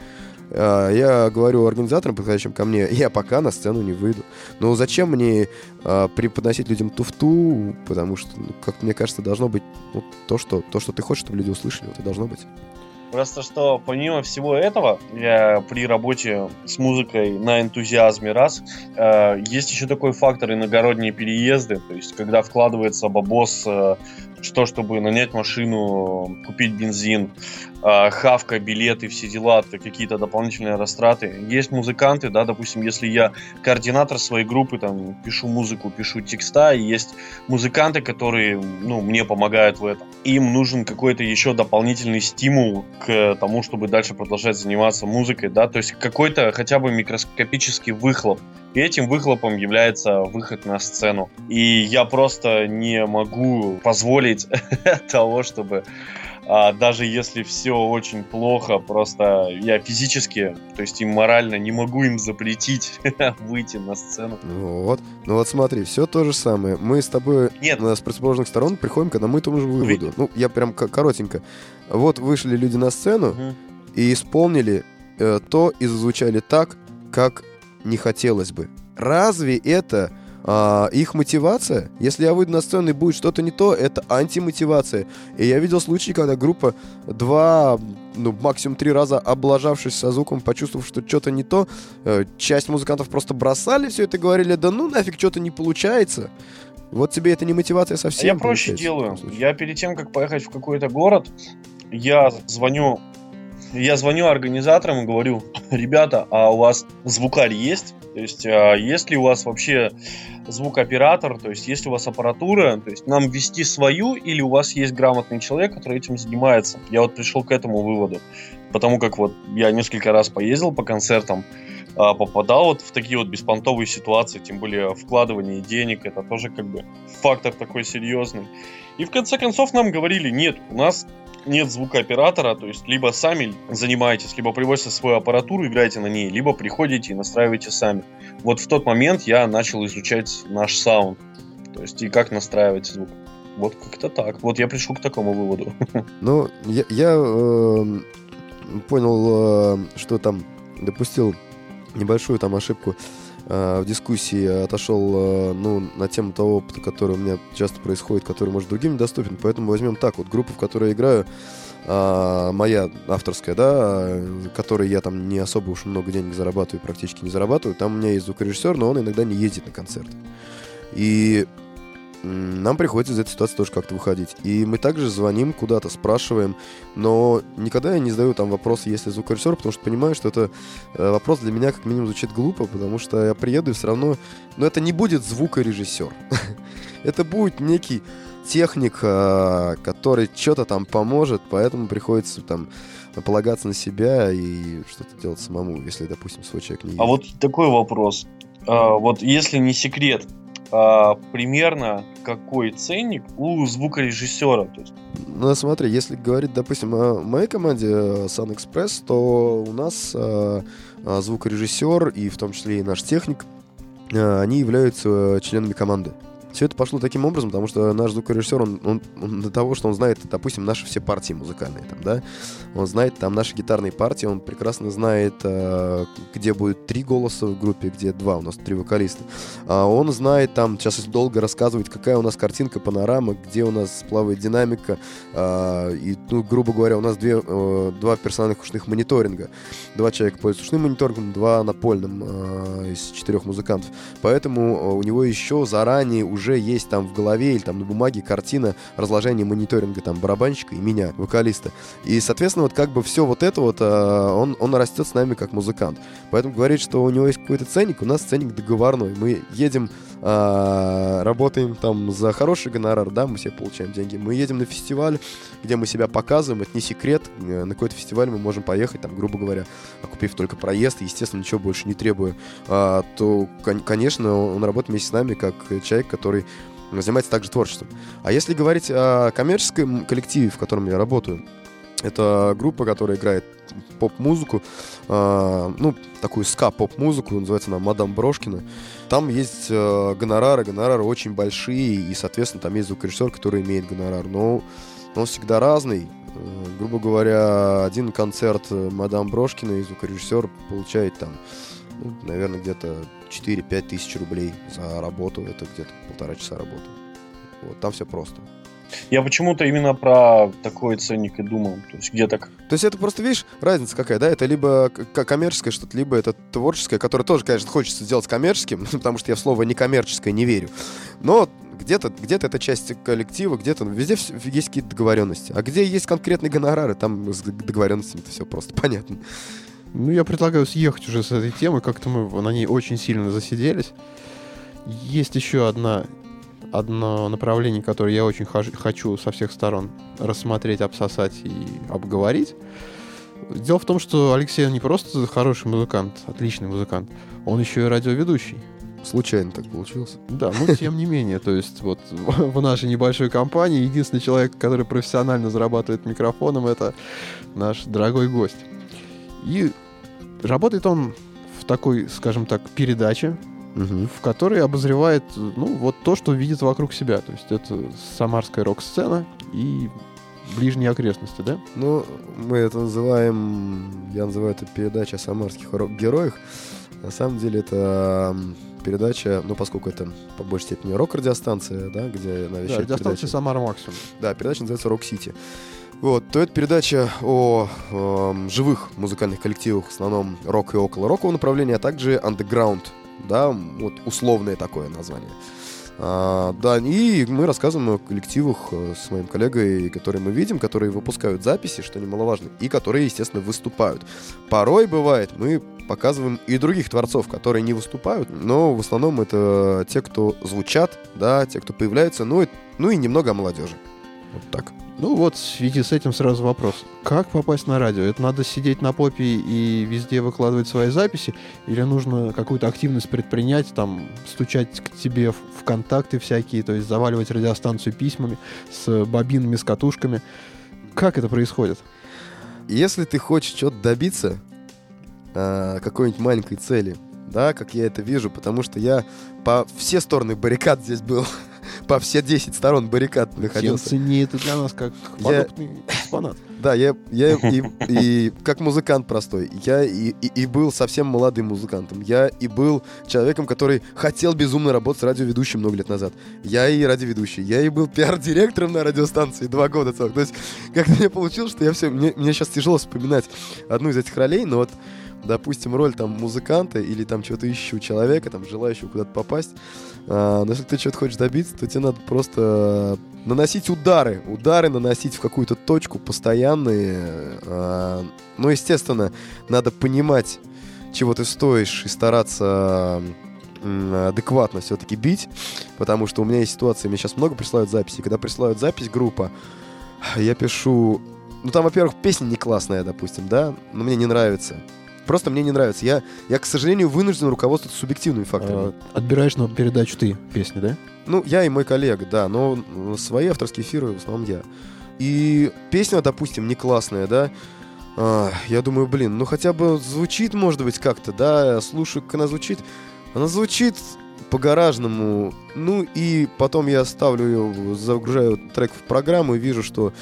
я говорю организаторам, подходящим ко мне, я пока на сцену не выйду. Но зачем мне а, преподносить людям туфту? Потому что, ну, как мне кажется, должно быть ну, то, что, то, что ты хочешь, чтобы люди услышали, вот и должно быть. Просто что, помимо всего этого, я при работе с музыкой на энтузиазме раз, э, есть еще такой фактор иногородние переезды, то есть когда вкладывается бабос, э, что, чтобы нанять машину, купить бензин, э, хавка, билеты, все дела, это какие-то дополнительные растраты. Есть музыканты, да, допустим, если я координатор своей группы, там, пишу музыку, пишу текста, и есть музыканты, которые, ну, мне помогают в этом. Им нужен какой-то еще дополнительный стимул к тому, чтобы дальше продолжать заниматься музыкой, да, то есть какой-то хотя бы микроскопический выхлоп. И этим выхлопом является выход на сцену. И я просто не могу позволить того, чтобы а, даже если все очень плохо, просто я физически, то есть и морально не могу им запретить выйти на сцену. Ну вот, ну вот смотри, все то же самое. Мы с тобой Нет. с противоположных сторон приходим к одному и тому же выводу. Вы... Ну, я прям коротенько. Вот вышли люди на сцену угу. и исполнили э, то, и зазвучали так, как не хотелось бы. Разве это а, их мотивация? Если я выйду на сцену и будет что-то не то, это антимотивация. И я видел случаи, когда группа два, ну, максимум три раза облажавшись со звуком, почувствовав, что что-то не то, э, часть музыкантов просто бросали все это и говорили, да ну нафиг, что-то не получается. Вот тебе это не мотивация совсем. Я проще делаю. Я перед тем, как поехать в какой-то город, я звоню Я звоню организаторам и говорю, ребята, а у вас звукарь есть? То есть, а есть ли у вас вообще звукооператор? То есть, есть ли у вас аппаратура? То есть, нам ввести свою или у вас есть грамотный человек, который этим занимается? Я вот пришел к этому выводу. Потому как вот я несколько раз поездил по концертам, попадал вот в такие вот беспонтовые ситуации, тем более вкладывание денег, это тоже как бы фактор такой серьезный. И в конце концов нам говорили, нет, у нас нет звукооператора, то есть либо сами занимаетесь, либо привозите свою аппаратуру, играете на ней, либо приходите и настраиваете сами. Вот в тот момент я начал изучать наш саунд, то есть и как настраивать звук. Вот как-то так. Вот я пришел к такому выводу. Ну, я, я э, понял, э, что там допустил небольшую там ошибку в дискуссии отошел ну, на тему того опыта, который у меня часто происходит, который, может, другим недоступен. Поэтому возьмем так, вот группа, в которой я играю, моя авторская, да, которой я там не особо уж много денег зарабатываю, практически не зарабатываю, там у меня есть звукорежиссер, но он иногда не ездит на концерты. И нам приходится из этой ситуации тоже как-то выходить. И мы также звоним куда-то, спрашиваем, но никогда я не задаю там вопрос, есть ли звукорежиссер, потому что понимаю, что это вопрос для меня как минимум звучит глупо, потому что я приеду и все равно... Но это не будет звукорежиссер. Это будет некий техник, который что-то там поможет, поэтому приходится там полагаться на себя и что-то делать самому, если, допустим, свой человек не едет. А вот такой вопрос. А, вот если не секрет, а, примерно какой ценник у звукорежиссера? То есть... Ну, смотри, если говорить, допустим, о моей команде Sun Express, то у нас а, а, звукорежиссер и в том числе и наш техник, а, они являются членами команды. Все это пошло таким образом, потому что наш звукорежиссер, он, он, он до того, что он знает, допустим, наши все партии музыкальные, там, да, он знает там наши гитарные партии, он прекрасно знает, э, где будет три голоса в группе, где два, у нас три вокалиста. А он знает там, сейчас долго рассказывать, какая у нас картинка, панорама, где у нас плавает динамика, э, и, ну, грубо говоря, у нас две, э, два персональных ушных мониторинга. Два человека пользуются ушным мониторингом, два напольным э, из четырех музыкантов. Поэтому у него еще заранее уже уже есть там в голове или там на бумаге картина разложения мониторинга там барабанщика и меня, вокалиста. И, соответственно, вот как бы все вот это вот, он, он растет с нами как музыкант. Поэтому говорить, что у него есть какой-то ценник, у нас ценник договорной. Мы едем, работаем там за хороший гонорар, да, мы все получаем деньги. Мы едем на фестиваль, где мы себя показываем, это не секрет. На какой-то фестиваль мы можем поехать, там, грубо говоря, окупив только проезд, и, естественно, ничего больше не требуя, то, конечно, он работает вместе с нами как человек, который занимается также творчеством. А если говорить о коммерческом коллективе, в котором я работаю, это группа, которая играет поп-музыку, э, ну, такую ска-поп-музыку, называется она «Мадам Брошкина». Там есть э, гонорары, гонорары очень большие, и, соответственно, там есть звукорежиссер, который имеет гонорар, но он всегда разный. Э, грубо говоря, один концерт «Мадам Брошкина» и звукорежиссер получает там, ну, наверное, где-то четыре-пять тысяч рублей за работу. Это где-то полтора часа работы. Вот, там все просто. Я почему-то именно про такой ценник и думал. То есть где-то... То есть это просто, видишь, разница какая, да? Это либо коммерческое что-то, либо это творческое, которое тоже, конечно, хочется сделать коммерческим, потому что я в слово некоммерческое не верю. Но где-то, где-то это часть коллектива, где-то везде есть какие-то договоренности. А где есть конкретные гонорары, там с договоренностями это все просто понятно. Ну, я предлагаю съехать уже с этой темы, как-то мы на ней очень сильно засиделись. Есть еще одна, одно направление, которое я очень хож- хочу со всех сторон рассмотреть, обсосать и обговорить. Дело в том, что Алексей не просто хороший музыкант, отличный музыкант, он еще и радиоведущий. Случайно так получилось. Да, но тем не менее, то есть вот в нашей небольшой компании единственный человек, который профессионально зарабатывает микрофоном, это наш дорогой гость. И работает он в такой, скажем так, передаче, угу. в которой обозревает, ну, вот то, что видит вокруг себя. То есть это самарская рок-сцена и ближние окрестности, да? Ну, мы это называем, я называю это передача о самарских рок-героях. На самом деле это передача, ну, поскольку это по большей степени рок-радиостанция, да, где навещает да, радиостанция передача... Самара Максимум. Да, передача называется «Рок-Сити». Вот, то это передача о э, живых музыкальных коллективах, в основном рок и около рокового направления, а также underground, да, вот условное такое название. А, да, и мы рассказываем о коллективах с моим коллегой, которые мы видим, которые выпускают записи, что немаловажно, и которые, естественно, выступают. Порой бывает, мы показываем и других творцов, которые не выступают, но в основном это те, кто звучат, да, те, кто появляются, ну и, ну и немного о молодежи. Вот так. Ну вот, в связи с этим сразу вопрос. Как попасть на радио? Это надо сидеть на попе и везде выкладывать свои записи? Или нужно какую-то активность предпринять, там, стучать к тебе в, в контакты всякие, то есть заваливать радиостанцию письмами с бобинами, с катушками? Как это происходит? Если ты хочешь чего-то добиться, э, какой-нибудь маленькой цели, да, как я это вижу, потому что я по все стороны баррикад здесь был по все десять сторон баррикад находился. Тем ценнее ты для нас как Я- продуктный экспонат. Да, я, я и, и как музыкант простой, я и, и, и был совсем молодым музыкантом. Я и был человеком, который хотел безумно работать с радиоведущим много лет назад. Я и радиоведущий. Я и был пиар-директором на радиостанции два года целых. То есть как-то мне получилось, что я все... Мне, мне сейчас тяжело вспоминать одну из этих ролей, но вот, допустим, роль там музыканта или там чего-то ищущего человека, там желающего куда-то попасть. А, но если ты что-то хочешь добиться, то тебе надо просто наносить удары. Удары наносить в какую-то точку постоянные. А, ну, естественно, надо понимать, чего ты стоишь, и стараться м, адекватно все-таки бить. Потому что у меня есть ситуация, мне сейчас много присылают записи. Когда присылают запись группа, я пишу... Ну, там, во-первых, песня не классная, допустим, да, но мне не нравится. Просто мне не нравится. Я, я, к сожалению, вынужден руководствоваться субъективными факторами. А, Отбираешь на передачу ты песни, да? Ну, я и мой коллега, да, но свои авторские эфиры в основном я. И песня, допустим, не классная, да. А, я думаю, блин, ну хотя бы звучит, может быть, как-то, да. Я слушаю, как она звучит. Она звучит по-гаражному. Ну и потом я ставлю ее, загружаю трек в программу и вижу, что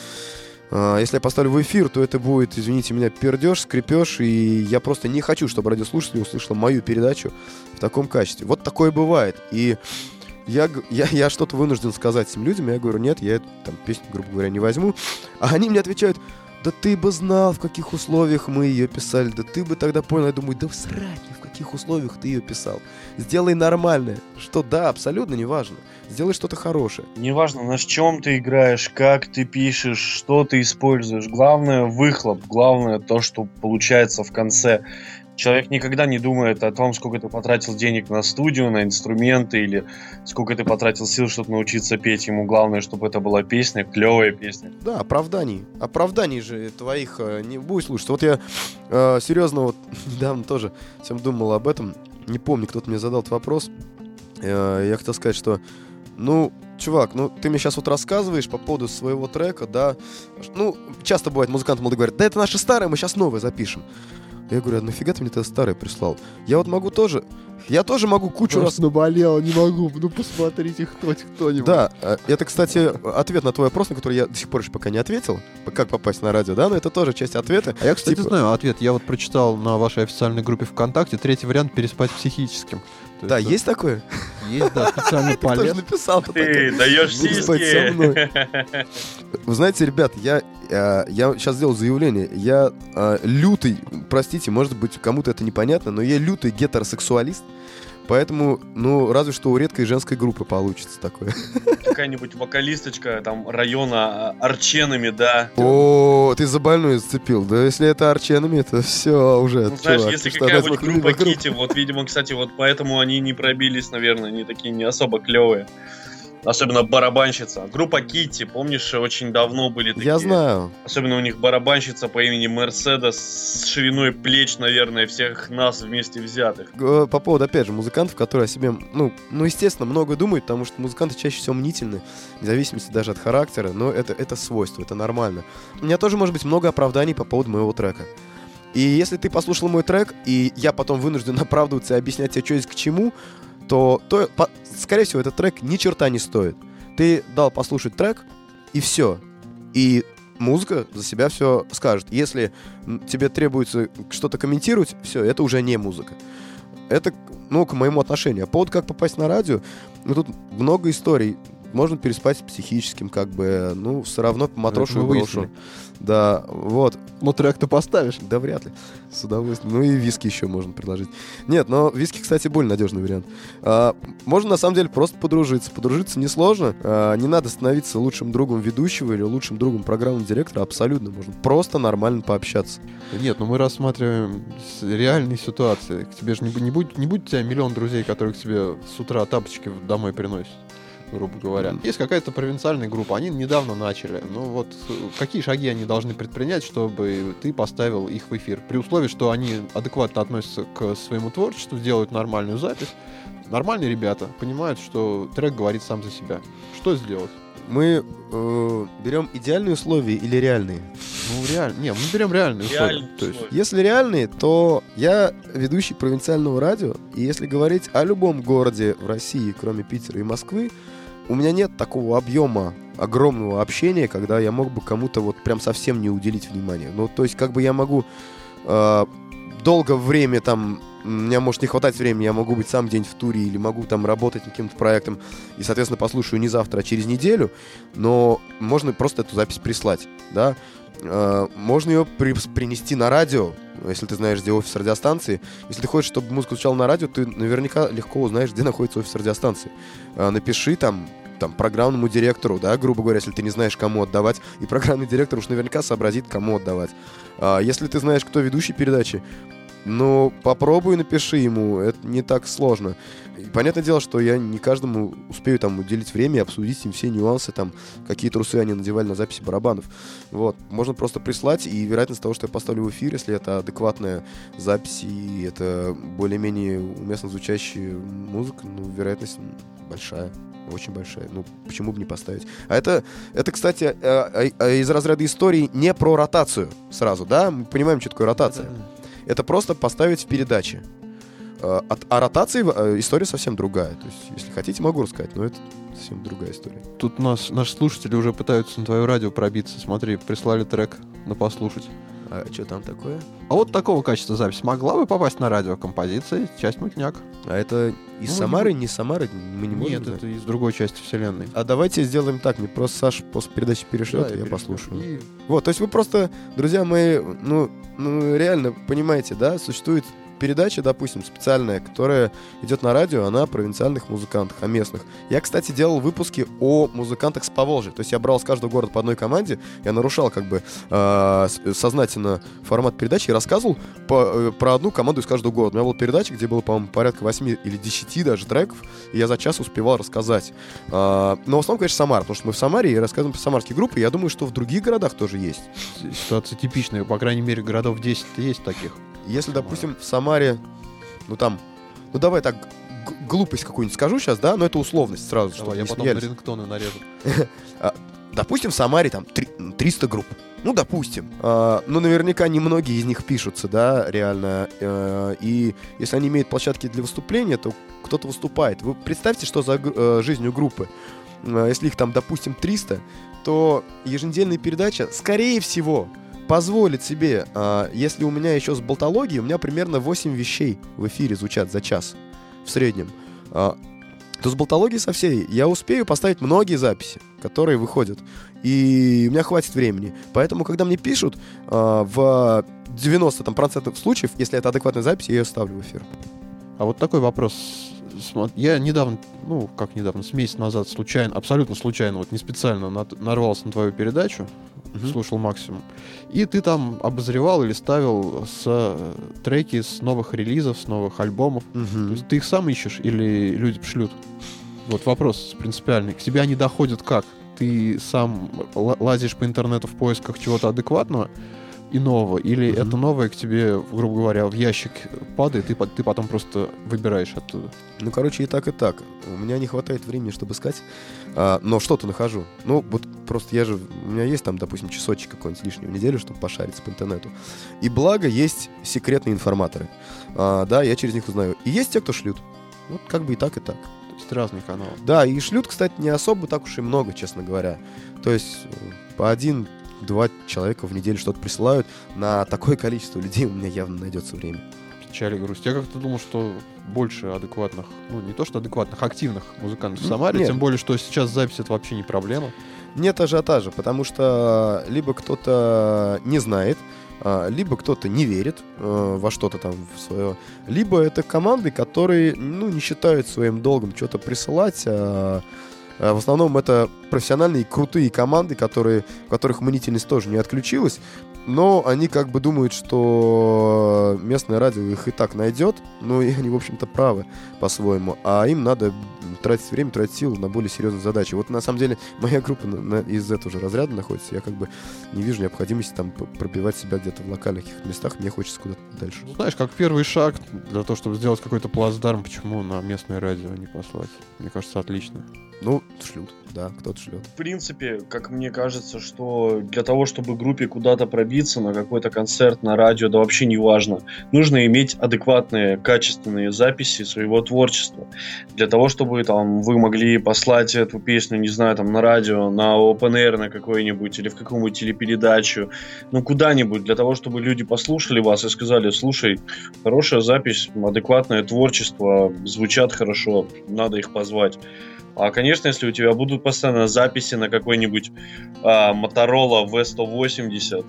а, если я поставлю в эфир, то это будет, извините меня, пердеж, скрипеж, и я просто не хочу, чтобы радиослушатель услышал мою передачу в таком качестве. Вот такое бывает. И я, г- я, я что-то вынужден сказать этим людям, я говорю, нет, я эту там, песню, грубо говоря, не возьму. А они мне отвечают, да ты бы знал, в каких условиях мы ее писали, да ты бы тогда понял. Я думаю, да всрать мне, в каких условиях ты ее писал. Сделай нормальное. Что, да, абсолютно неважно. Сделай что-то хорошее. Неважно, на чем ты играешь, как ты пишешь, что ты используешь. Главное — выхлоп. Главное — то, что получается в конце. Человек никогда не думает о том, сколько ты потратил денег на студию, на инструменты, или сколько ты потратил сил, чтобы научиться петь. Ему главное, чтобы это была песня, клевая песня. Да, оправданий. Оправданий же твоих э, не будешь слушать. Вот я э, серьезно вот недавно тоже всем думал об этом. Не помню, кто-то мне задал этот вопрос. Э, я хотел сказать, что ну, чувак, ну ты мне сейчас вот рассказываешь по поводу своего трека, да. Ну, часто бывает, музыканты молодые говорят, да это наше старое, мы сейчас новое запишем. Я говорю, а нафига ты мне это старое прислал? Я вот могу тоже, я тоже могу кучу раз... наболело, не могу. Ну посмотрите, кто кто-нибудь. Да, э, это, кстати, ответ на твой вопрос, на который я до сих пор еще пока не ответил. Как попасть на радио, да, но это тоже часть ответа. А я, кстати, Типа- знаю ответ. Я вот прочитал на вашей официальной группе ВКонтакте третий вариант — переспать психическим. То Да, есть, есть такое? Есть, да, специальный Ты тоже полез. написал. Ты даешь Буду спать со мной. сиськи. Вы знаете, ребят, я, э, я сейчас сделал заявление. Я э, лютый, простите, может быть, кому-то это непонятно, но я лютый гетеросексуалист. Поэтому, ну, разве что у редкой женской группы получится такое. Какая-нибудь вокалисточка там района а, арченами, да. О, ты за больную зацепил. Да если это арченами, это все уже. Ну, знаешь, чувак, если ты что, одна из какая-нибудь моих группа любимых групп. Кити, вот, видимо, кстати, вот поэтому они не пробились, наверное, они такие не особо клевые. Особенно барабанщица. Группа Кити, помнишь, очень давно были такие. Я знаю. Особенно у них барабанщица по имени Мерседес с шириной плеч, наверное, всех нас вместе взятых. Г- По поводу, опять же, музыкантов, которые о себе, ну, ну, естественно, много думают, потому что музыканты чаще всего мнительны, вне зависимости даже от характера, но это, это свойство, это нормально. У меня тоже может быть много оправданий по поводу моего трека. И если ты послушал мой трек, и я потом вынужден оправдываться и объяснять тебе, что здесь к чему, то, то по- скорее всего, этот трек ни черта не стоит. Ты дал послушать трек, и все. И музыка за себя все скажет. Если м, тебе требуется что-то комментировать, все, это уже не музыка. Это, ну, к моему отношению. А по поводу, как попасть на радио, ну, тут много историй. Можно переспать с психическим, как бы, ну, все равно по матрошу Это мы брошу. выяснили. Да, вот. Ну трек-то поставишь. Да вряд ли. С удовольствием. Ну и виски еще можно предложить. Нет, но виски, кстати, более надежный вариант. А, можно, на самом деле, просто подружиться. Подружиться несложно. А, не надо становиться лучшим другом ведущего или лучшим другом программного директора. Абсолютно можно. Просто нормально пообщаться. Нет, ну мы рассматриваем с- реальные ситуации. К тебе же не, бу- не будет, не будет у тебя миллион друзей, которые к тебе с утра тапочки домой приносят, грубо говоря. Есть какая-то провинциальная группа, они недавно начали. Ну вот э, какие шаги они должны предпринять, чтобы ты поставил их в эфир? При условии, что они адекватно относятся к своему творчеству, делают нормальную запись. Нормальные ребята понимают, что трек говорит сам за себя. Что сделать? Мы э, берем идеальные условия или реальные? Ну реально. Не, мы берем реальные условия. Реальные То есть, условия. Если реальные, то я ведущий провинциального радио, и если говорить о любом городе в России, кроме Питера и Москвы, у меня нет такого объема огромного общения, когда я мог бы кому-то вот прям совсем не уделить внимания. Ну, то есть, как бы я могу э, долго время там, у меня может не хватать времени, я могу быть сам где-нибудь в туре или могу там работать над каким-то проектом и, соответственно, послушаю не завтра, а через неделю, но можно просто эту запись прислать, да. Э, можно ее при, принести на радио, если ты знаешь, где офис радиостанции. Если ты хочешь, чтобы музыка звучала на радио, ты наверняка легко узнаешь, где находится офис радиостанции. Э, напиши там, там, программному директору, да, грубо говоря, если ты не знаешь, кому отдавать, и программный директор уж наверняка сообразит, кому отдавать. А если ты знаешь, кто ведущий передачи, ну, попробуй напиши ему, это не так сложно. И понятное дело, что я не каждому успею там уделить время и обсудить им все нюансы, там, какие трусы они надевали на записи барабанов. Вот, можно просто прислать, и вероятность того, что я поставлю в эфир, если это адекватная запись и это более-менее уместно звучащая музыка, ну, вероятность большая. Очень большая. Ну, почему бы не поставить? А это, это кстати, э, э, из разряда истории не про ротацию сразу, да? Мы понимаем, что такое ротация. Это, это просто поставить в передаче. Э, от, а ротации э, история совсем другая. То есть, если хотите, могу рассказать, но это совсем другая история. Тут у нас наши слушатели уже пытаются на твое радио пробиться. Смотри, прислали трек на послушать. А что там такое? А вот такого качества запись могла бы попасть на радио композиции «Часть мутняк». А это из Ну, Самары, не- не Самары? Мы не можем Нет, знать? это из другой части вселенной. А давайте сделаем так. Мне просто Саша после передачи перешлет, Да, и я перешлю. послушаю. И Вот, то есть вы просто, друзья мои, ну, ну реально понимаете, да, существует передача, допустим, специальная, которая идет на радио, она о провинциальных музыкантах, о местных. Я, кстати, делал выпуски о музыкантах с Поволжья. То есть я брал с каждого города по одной команде, я нарушал как бы э, с- сознательно формат передачи и рассказывал по- э, про одну команду из каждого города. У меня была передача, где было, по-моему, порядка восьми или десяти даже треков, и я за час успевал рассказать. Э, но в основном, конечно, Самара, потому что мы в Самаре и рассказываем про самарские группы. Я думаю, что в других городах тоже есть. ситуация типичная. По крайней мере, городов десять есть таких. Если, допустим, в Самаре, ну там, ну давай так, г- глупость какую-нибудь скажу сейчас, да, но это условность сразу, чтобы Давай, я не потом на смеялись. рингтоны нарежу. Допустим, в Самаре там три- триста групп. Ну, допустим. А, ну, наверняка немногие из них пишутся, да, реально. А, и если они имеют площадки для выступления, то кто-то выступает. Вы представьте, что за гр- э, жизнь у группы. А, если их там, допустим, триста, то еженедельная передача, скорее всего, позволит себе, а, если у меня еще с болтологией, у меня примерно восемь вещей в эфире звучат за час в среднем, а, то с болтологией со всей я успею поставить многие записи, которые выходят, и у меня хватит времени. Поэтому, когда мне пишут, а, в девяносто там, процентов случаев, если это адекватная запись, я ее ставлю в эфир. А вот такой вопрос. Смо- Я недавно, ну, как недавно, с месяц назад случайно, абсолютно случайно, вот не специально нат- нарвался на твою передачу, Мгм. слушал максимум. И ты там обозревал или ставил с э, треки с новых релизов, с новых альбомов. То Мгм. есть ты их сам ищешь или люди шлют? Вот вопрос принципиальный. К тебе они доходят как? Ты сам ла- лазишь по интернету в поисках чего-то адекватного и нового? Или Мгм. это новое к тебе, грубо говоря, в ящик падает, и по- ты потом просто выбираешь оттуда? Ну, короче, и так, и так. У меня не хватает времени, чтобы искать, а, но что-то нахожу. Ну, вот просто я же... У меня есть там, допустим, часочек какой-нибудь лишний в неделю, чтобы пошариться по интернету. И благо есть секретные информаторы. А, да, я через них узнаю. И есть те, кто шлют. Вот как бы и так, и так. То есть разные каналы. Да, и шлют, кстати, не особо так уж и много, честно говоря. То есть э, по один-два человека в неделю что-то присылают. На такое количество людей у меня явно найдется время. Печаль и грусть. Я как-то думал, что больше адекватных, ну не то что адекватных, активных музыкантов в Самаре, Нет. тем более, что сейчас запись это вообще не проблема. Нет ажиотажа, потому что либо кто-то не знает, а, либо кто-то не верит э, во что-то там в свое, либо это команды, которые, ну, не считают своим долгом что-то присылать, а, а в основном это профессиональные крутые команды, которые, в которых мнительность тоже не отключилась, но они как бы думают, что местное радио их и так найдет, ну и они, в общем-то, правы по-своему, а им надо тратить время, тратить силы на более серьезные задачи. Вот на самом деле моя группа на- на- из этого же разряда находится, я как бы не вижу необходимости там п- пробивать себя где-то в локальных каких-то местах, мне хочется куда-то дальше. Ну, знаешь, как первый шаг для того, чтобы сделать какой-то плацдарм, почему на местное радио не послать? Мне кажется, отлично. Ну, шлют. да, кто-то шлет. В принципе, как мне кажется, что для того, чтобы группе куда-то пробиться на какой-то концерт, на радио, да вообще не важно. Нужно иметь адекватные, качественные записи своего творчества. Для того, чтобы там вы могли послать эту песню, не знаю, там на радио, на Open Air на какой-нибудь или в какую-нибудь телепередачу, ну куда-нибудь, для того, чтобы люди послушали вас и сказали: слушай, хорошая запись, адекватное творчество, звучат хорошо, надо их позвать. А, конечно, если у тебя будут постоянно записи на какой-нибудь а, Motorola ви сто восемьдесят...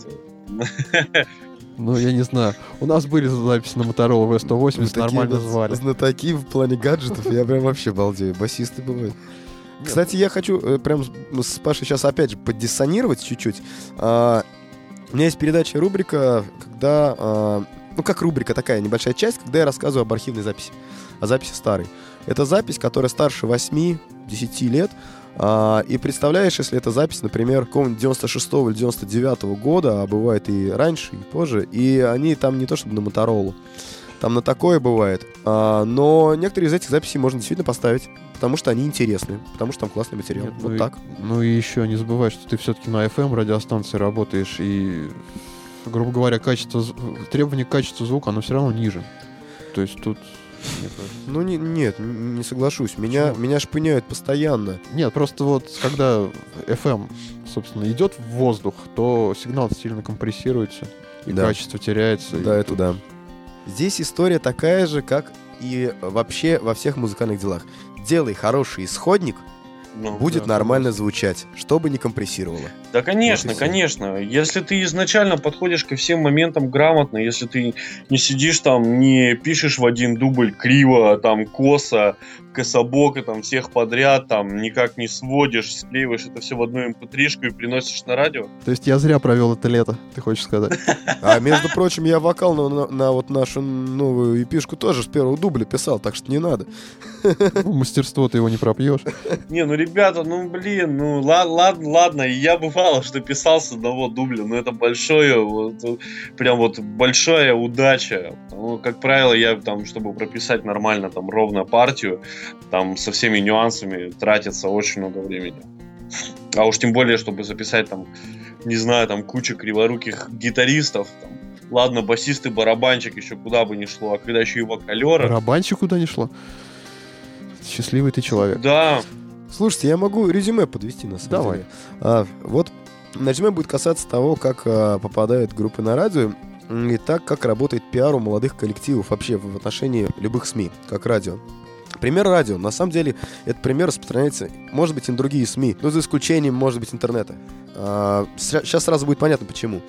Ну, я не знаю. У нас были записи на Motorola ви сто восемьдесят, Вы нормально такие вот звали. знатоки в плане гаджетов, я прям вообще балдею. Басисты бывают. Кстати, я хочу э, прям с Пашей сейчас опять же поддиссонировать чуть-чуть. А, у меня есть передача, рубрика, когда... А, ну, как рубрика такая, небольшая часть, когда я рассказываю об архивной записи, о записи старой. Это запись, которая старше восьми-десяти лет. А, и представляешь, если это запись, например, какого-нибудь девяносто шестого или девяносто девятого года, а бывает и раньше, и позже, и они там не то чтобы на Моторолу, там на такое бывает. А, но некоторые из этих записей можно действительно поставить, потому что они интересны, потому что там классный материал. Нет, вот ну так. И, ну и еще не забывай, что ты все-таки на эф эм радиостанции работаешь, и, грубо говоря, качество, требование к качеству звука, оно все равно ниже. То есть тут... Ну не, нет, не соглашусь. Меня, меня шпыняют постоянно. Нет, просто вот когда эф эм, собственно, идет в воздух, то сигнал сильно компрессируется, и Да. качество теряется. Да, и это тут- да. Здесь история такая же, как и вообще во всех музыкальных делах. Делай хороший исходник, Ну, будет да, нормально звучать, чтобы не компрессировало. Да, конечно, Вот и всё. конечно. Если ты изначально подходишь ко всем моментам грамотно, если ты не сидишь там, не пишешь в один дубль криво, там, косо, кособоко, там, всех подряд, там, никак не сводишь, склеиваешь это все в одну эм пэ три-шку и приносишь на радио. То есть я зря провел это лето, ты хочешь сказать? А между прочим, я вокал на, на- на вот нашу новую эпишку тоже с первого дубля писал, так что не надо. Ну, мастерство ты его не пропьешь. Не, ну, ребята, ну, блин, ну, ладно, ладно, ладно, я бывало, что писал с одного дубля, но это большое, вот, прям вот большая удача. Ну, как правило, я там, чтобы прописать нормально, там, ровно партию, там, со всеми нюансами тратится очень много времени. А уж тем более, чтобы записать там, не знаю, там, кучу криворуких гитаристов, там, ладно, басисты, барабанщик еще куда бы ни шло, а когда еще и вокалеры. Барабанщик куда не шло. Счастливый ты человек. Да, Слушайте, я могу резюме подвести на самом Давай. деле. А, вот резюме будет касаться того, как а, попадают группы на радио, и так, как работает пиар у молодых коллективов вообще в отношении любых СМИ, как радио. Пример радио. На самом деле, этот пример распространяется, может быть, и на другие СМИ, но за исключением, может быть, интернета. А, сейчас сразу будет понятно, почему.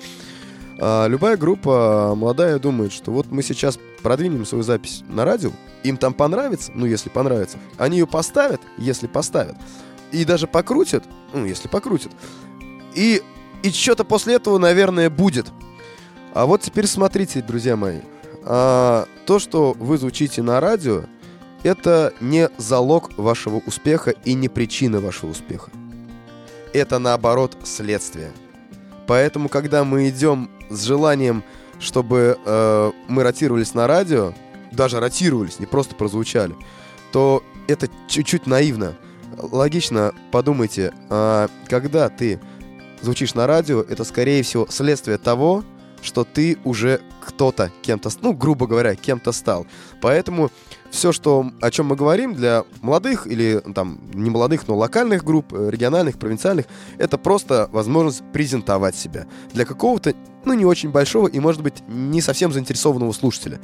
А, любая группа молодая думает, что вот мы сейчас продвинем свою запись на радио, им там понравится, ну, если понравится, они ее поставят, если поставят, и даже покрутят, ну, если покрутят, и, и что-то после этого, наверное, будет. А вот теперь смотрите, друзья мои, а, то, что вы звучите на радио, это не залог вашего успеха и не причина вашего успеха. Это, наоборот, следствие. Поэтому, когда мы идем с желанием, чтобы э, мы ротировались на радио, даже ротировались, не просто прозвучали, то это чуть-чуть наивно. Логично подумайте, э, когда ты звучишь на радио, это, скорее всего, следствие того, что ты уже кто-то, кем-то, ну, грубо говоря, кем-то стал. Поэтому все, что, о чем мы говорим для молодых или там не молодых, но локальных групп, региональных, провинциальных, это просто возможность презентовать себя для какого-то, ну, не очень большого и, может быть, не совсем заинтересованного слушателя.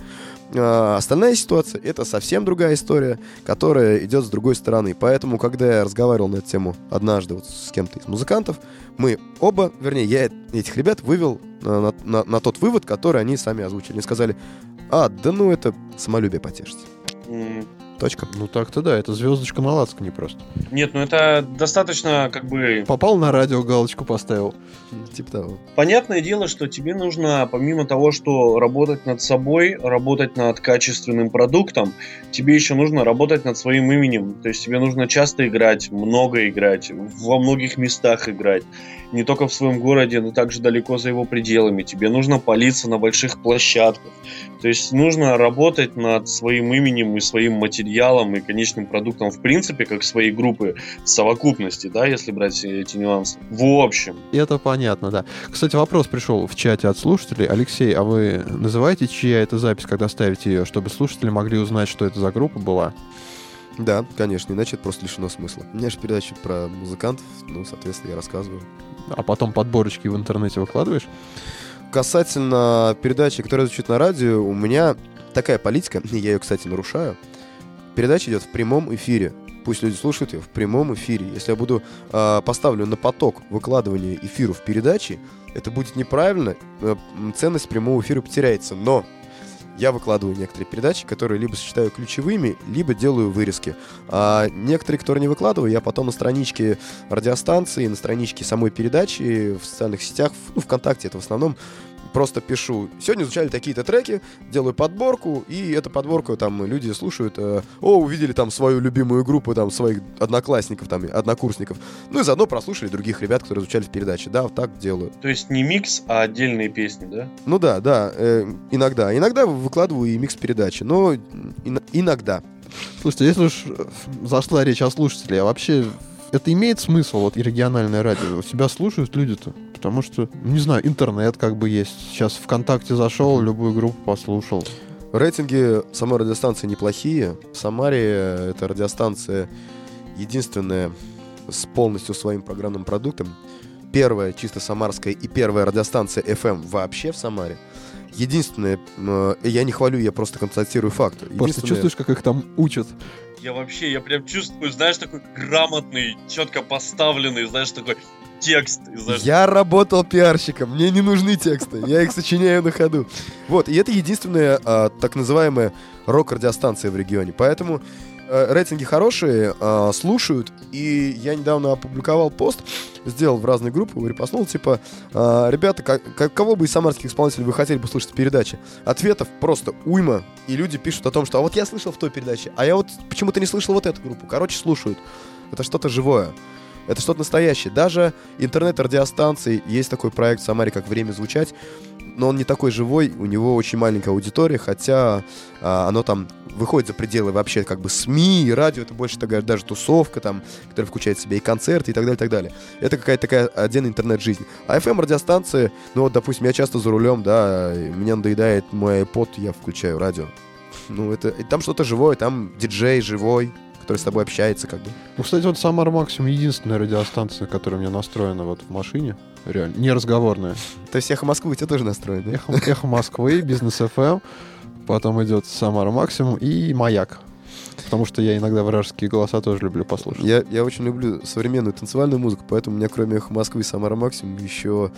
А остальная ситуация — это совсем другая история, которая идет с другой стороны. Поэтому, когда я разговаривал на эту тему однажды вот с кем-то из музыкантов, мы оба, вернее, я этих ребят вывел на, на, на тот вывод, который они сами озвучили. Они сказали: а, да ну это самолюбие потешить. м, Точка. Ну так-то да, это звездочка на лацкане просто. нет, ну это достаточно, как бы, Попал на радио, галочку поставил. Типа того. понятное дело, что тебе нужно, помимо того, что работать над собой, работать над качественным продуктом, тебе еще нужно работать над своим именем. То есть тебе нужно часто играть, много играть, во многих местах играть. Не только в своем городе, но также далеко за его пределами. Тебе нужно палиться на больших площадках. То есть нужно работать над своим именем и своим материалом. материалом и конечным продуктом в принципе, как своей группы в совокупности, да, если брать эти нюансы. В общем. Это понятно, да. Кстати, вопрос пришел в чате от слушателей. Алексей, а вы называете, чья это запись, когда ставите ее, чтобы слушатели могли узнать, что это за группа была? Да, конечно, иначе это просто лишено смысла. У меня же передача про музыкантов, ну, соответственно, я рассказываю. А потом подборочки в интернете выкладываешь? Касательно передачи, которая звучит на радио, у меня такая политика, и я ее, кстати, нарушаю. Передача идет в прямом эфире. Пусть люди слушают ее в прямом эфире. Если я буду э, поставлю на поток выкладывания эфиров передачи, это будет неправильно, э, ценность прямого эфира потеряется. Но я выкладываю некоторые передачи, которые либо считаю ключевыми, либо делаю вырезки. А некоторые, которые не выкладываю, я потом на страничке радиостанции, на страничке самой передачи, в социальных сетях, ну, ВКонтакте это в основном, просто пишу, сегодня звучали такие-то треки, делаю подборку, и эту подборку там люди слушают, э, о, увидели там свою любимую группу, там, своих одноклассников, там, однокурсников, ну и заодно прослушали других ребят, которые звучали в передаче, да, вот так делаю. То есть не микс, а отдельные песни, да? Ну да, да, э, иногда. Иногда выкладываю и микс передачи, но ин- иногда. Слушайте, если уж зашла речь о слушателе, а вообще это имеет смысл, вот и региональное радио? Себя слушают люди-то? Потому что, не знаю, интернет как бы есть. Сейчас ВКонтакте зашел, любую группу послушал. Рейтинги самой радиостанции неплохие. В Самаре эта радиостанция единственная с полностью своим программным продуктом. Первая чисто самарская и первая радиостанция эф эм вообще в Самаре. Единственное, э, я не хвалю, я просто констатирую факт. Просто чувствуешь, как их там учат. Я вообще, я прям чувствую, знаешь, такой грамотный, четко поставленный, знаешь, такой текст. Знаешь... Я работал пиарщиком, мне не нужны тексты, я их сочиняю на ходу. Вот, и это единственная а, так называемая рок-радиостанция в регионе, поэтому а, рейтинги хорошие, а, слушают, и я недавно опубликовал пост, сделал в разные группы, репостнул, типа, а, ребята, как, как, кого бы из самарских исполнителей вы хотели бы слушать в передаче? Ответов просто уйма, и люди пишут о том, что а вот я слышал в той передаче, а я вот почему-то не слышал вот эту группу. Короче, слушают. Это что-то живое. Это что-то настоящее. Даже интернет-радиостанции, есть такой проект в Самаре, как «Время звучать», но он не такой живой, у него очень маленькая аудитория, хотя а, оно там выходит за пределы вообще как бы СМИ, и радио, это больше такая даже тусовка, там, которая включает в себя и концерты, и так далее, и так далее. Это какая-то такая отдельная интернет-жизнь. А эф эм-радиостанции, ну вот, допустим, я часто за рулем, да, меня надоедает мой iPod, я включаю радио. Ну, это, там что-то живое, там диджей живой, который с тобой общается, как бы. Ну, кстати, вот Самара Максимум единственная радиостанция, которая у меня настроена вот в машине. Реально, не разговорная. То есть Эхо Москвы у тебя тоже настроен, да? Эхо, Эхо Москвы, Бизнес эф эм, потом идет Самара Максимум и Маяк. Потому что я иногда вражеские голоса тоже люблю послушать. Я, я очень люблю современную танцевальную музыку, поэтому у меня кроме Эхо Москвы и Самара Максимум еще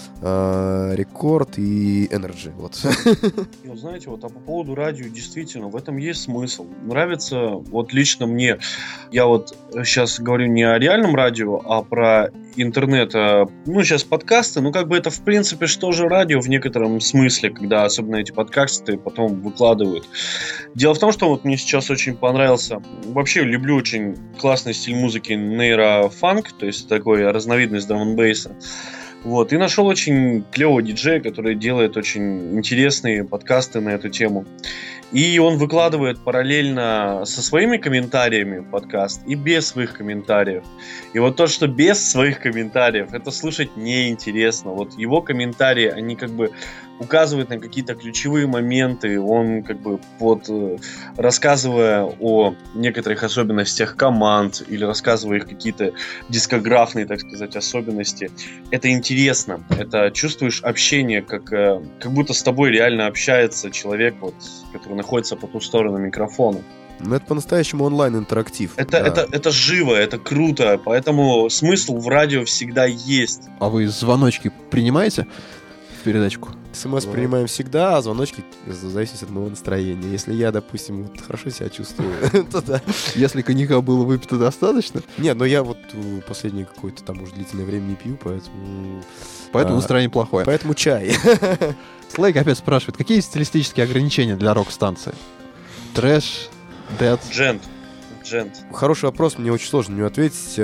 э, Рекорд и Энерджи. Вот. Ну, знаете, вот а по поводу радио, действительно, в этом есть смысл. Нравится, вот лично мне, я вот сейчас говорю не о реальном радио, а про интернет, ну, сейчас подкасты, ну, как бы это, в принципе, что же радио в некотором смысле, когда особенно эти подкасты потом выкладывают. Дело в том, что вот мне сейчас очень понравился, вообще люблю очень классный стиль музыки нейрофанк, то есть такой разновидность драм-н-бейса. Вот, и нашел очень клевого диджея, который делает очень интересные подкасты на эту тему. И он выкладывает параллельно со своими комментариями подкаст и без своих комментариев. И вот то, что без своих комментариев, это слушать неинтересно. Вот его комментарии, они как бы указывают на какие-то ключевые моменты. Он как бы вот рассказывая о некоторых особенностях команд или рассказывая их какие-то дискографные, так сказать, особенности. Это интересно. Это чувствуешь общение, как, как будто с тобой реально общается человек, вот, который находится по ту сторону микрофона. Ну, это по-настоящему онлайн-интерактив. Это, да. это, это живо, это круто, поэтому смысл в радио всегда есть. А вы звоночки принимаете в передачку? СМС вот. Принимаем всегда, а звоночки зависят от моего настроения. Если я, допустим, вот хорошо себя чувствую, то да. Если коньяка было выпито достаточно? Нет, но я вот последнее какое-то там уже длительное время не пью, поэтому... Поэтому настроение плохое. Поэтому чай. Слейк опять спрашивает, какие стилистические ограничения для рок-станции? Трэш, дэт? Джент. Джент. Хороший вопрос, мне очень сложно на него ответить.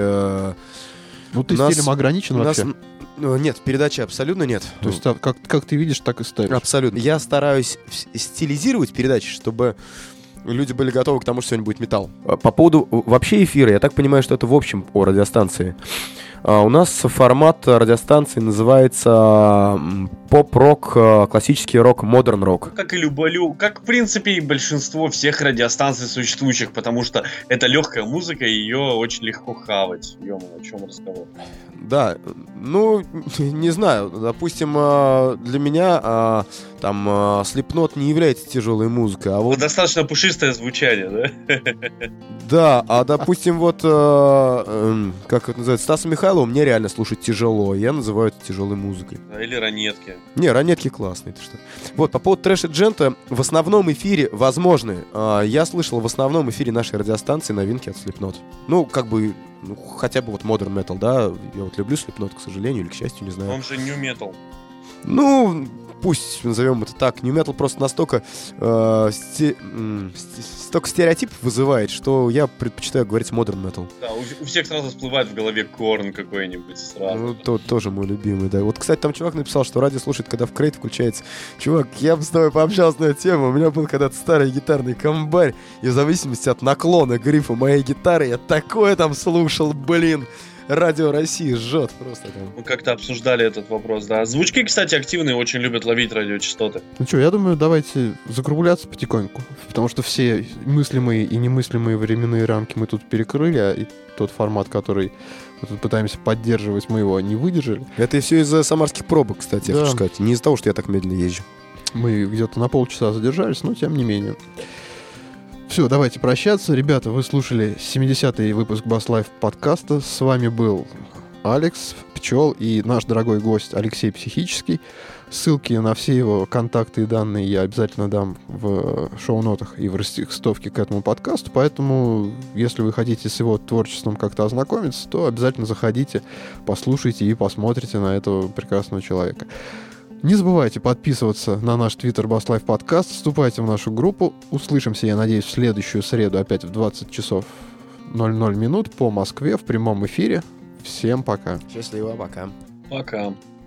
Ну ты стилем ограничен вообще? Нет, в передаче абсолютно нет. То есть как, как ты видишь, так и ставишь? Абсолютно. Я стараюсь стилизировать передачи, чтобы люди были готовы к тому, что сегодня будет металл. По поводу вообще эфира, я так понимаю, что это в общем о радиостанции. Uh, у нас формат радиостанции называется поп-рок, uh, классический рок, модерн-рок. Как и люболю, как в принципе и большинство всех радиостанций существующих, потому что это легкая музыка, и ее очень легко хавать. Ё-моё, о чем разговор? Да, ну, не знаю, допустим, для меня там Slipknot не является тяжелой музыкой, а вот... Ну, достаточно пушистое звучание, да? Да, а допустим, вот, как это называется, Стаса Михайлова мне реально слушать тяжело, я называю это тяжелой музыкой. Или ранетки. Не, ранетки классные, ты что. Вот, по поводу трэш и джента, в основном эфире возможны. Я слышал в основном эфире нашей радиостанции новинки от Slipknot. Ну, как бы... Ну, хотя бы вот Modern Metal, да, я вот люблю Slipknot, к сожалению, или к счастью, не знаю. Он же New Metal. Ну, пусть назовем это так. New Metal просто настолько, э, сте, э, столько стереотипов вызывает, что я предпочитаю говорить Modern Metal. Да, у, у всех сразу всплывает в голове Корн какой-нибудь сразу. Ну, то, тоже мой любимый, да. Вот, кстати, там чувак написал, что радио слушает, когда в крейт включается. Чувак, я бы с тобой пообщался на эту тему. У меня был когда-то старый гитарный комбарь, и в зависимости от наклона грифа моей гитары я такое там слушал, блин. Радио России жжет просто там. Мы как-то обсуждали этот вопрос, да. Звучки, кстати, активные, очень любят ловить радиочастоты. Ну что, я думаю, давайте закругляться потихоньку, потому что все мыслимые и немыслимые временные рамки мы тут перекрыли, а и тот формат, который мы тут пытаемся поддерживать, мы его не выдержали. Это и все из-за самарских пробок, кстати, да. Я хочу сказать. Не из-за того, что я так медленно езжу. Мы где-то на полчаса задержались, но тем не менее. Все, давайте прощаться. Ребята, вы слушали семидесятый выпуск Bass Life подкаста. С вами был Алекс, Пчел и наш дорогой гость Алексей Психический. Ссылки на все его контакты и данные я обязательно дам в шоу-нотах и в растекстовке к этому подкасту. Поэтому, если вы хотите с его творчеством как-то ознакомиться, то обязательно заходите, послушайте и посмотрите на этого прекрасного человека. Не забывайте подписываться на наш твиттер Bass Life Podcast, вступайте в нашу группу. Услышимся, я надеюсь, в следующую среду опять в двадцать часов ноль ноль минут по Москве в прямом эфире. Всем пока. Счастливо, пока. Пока.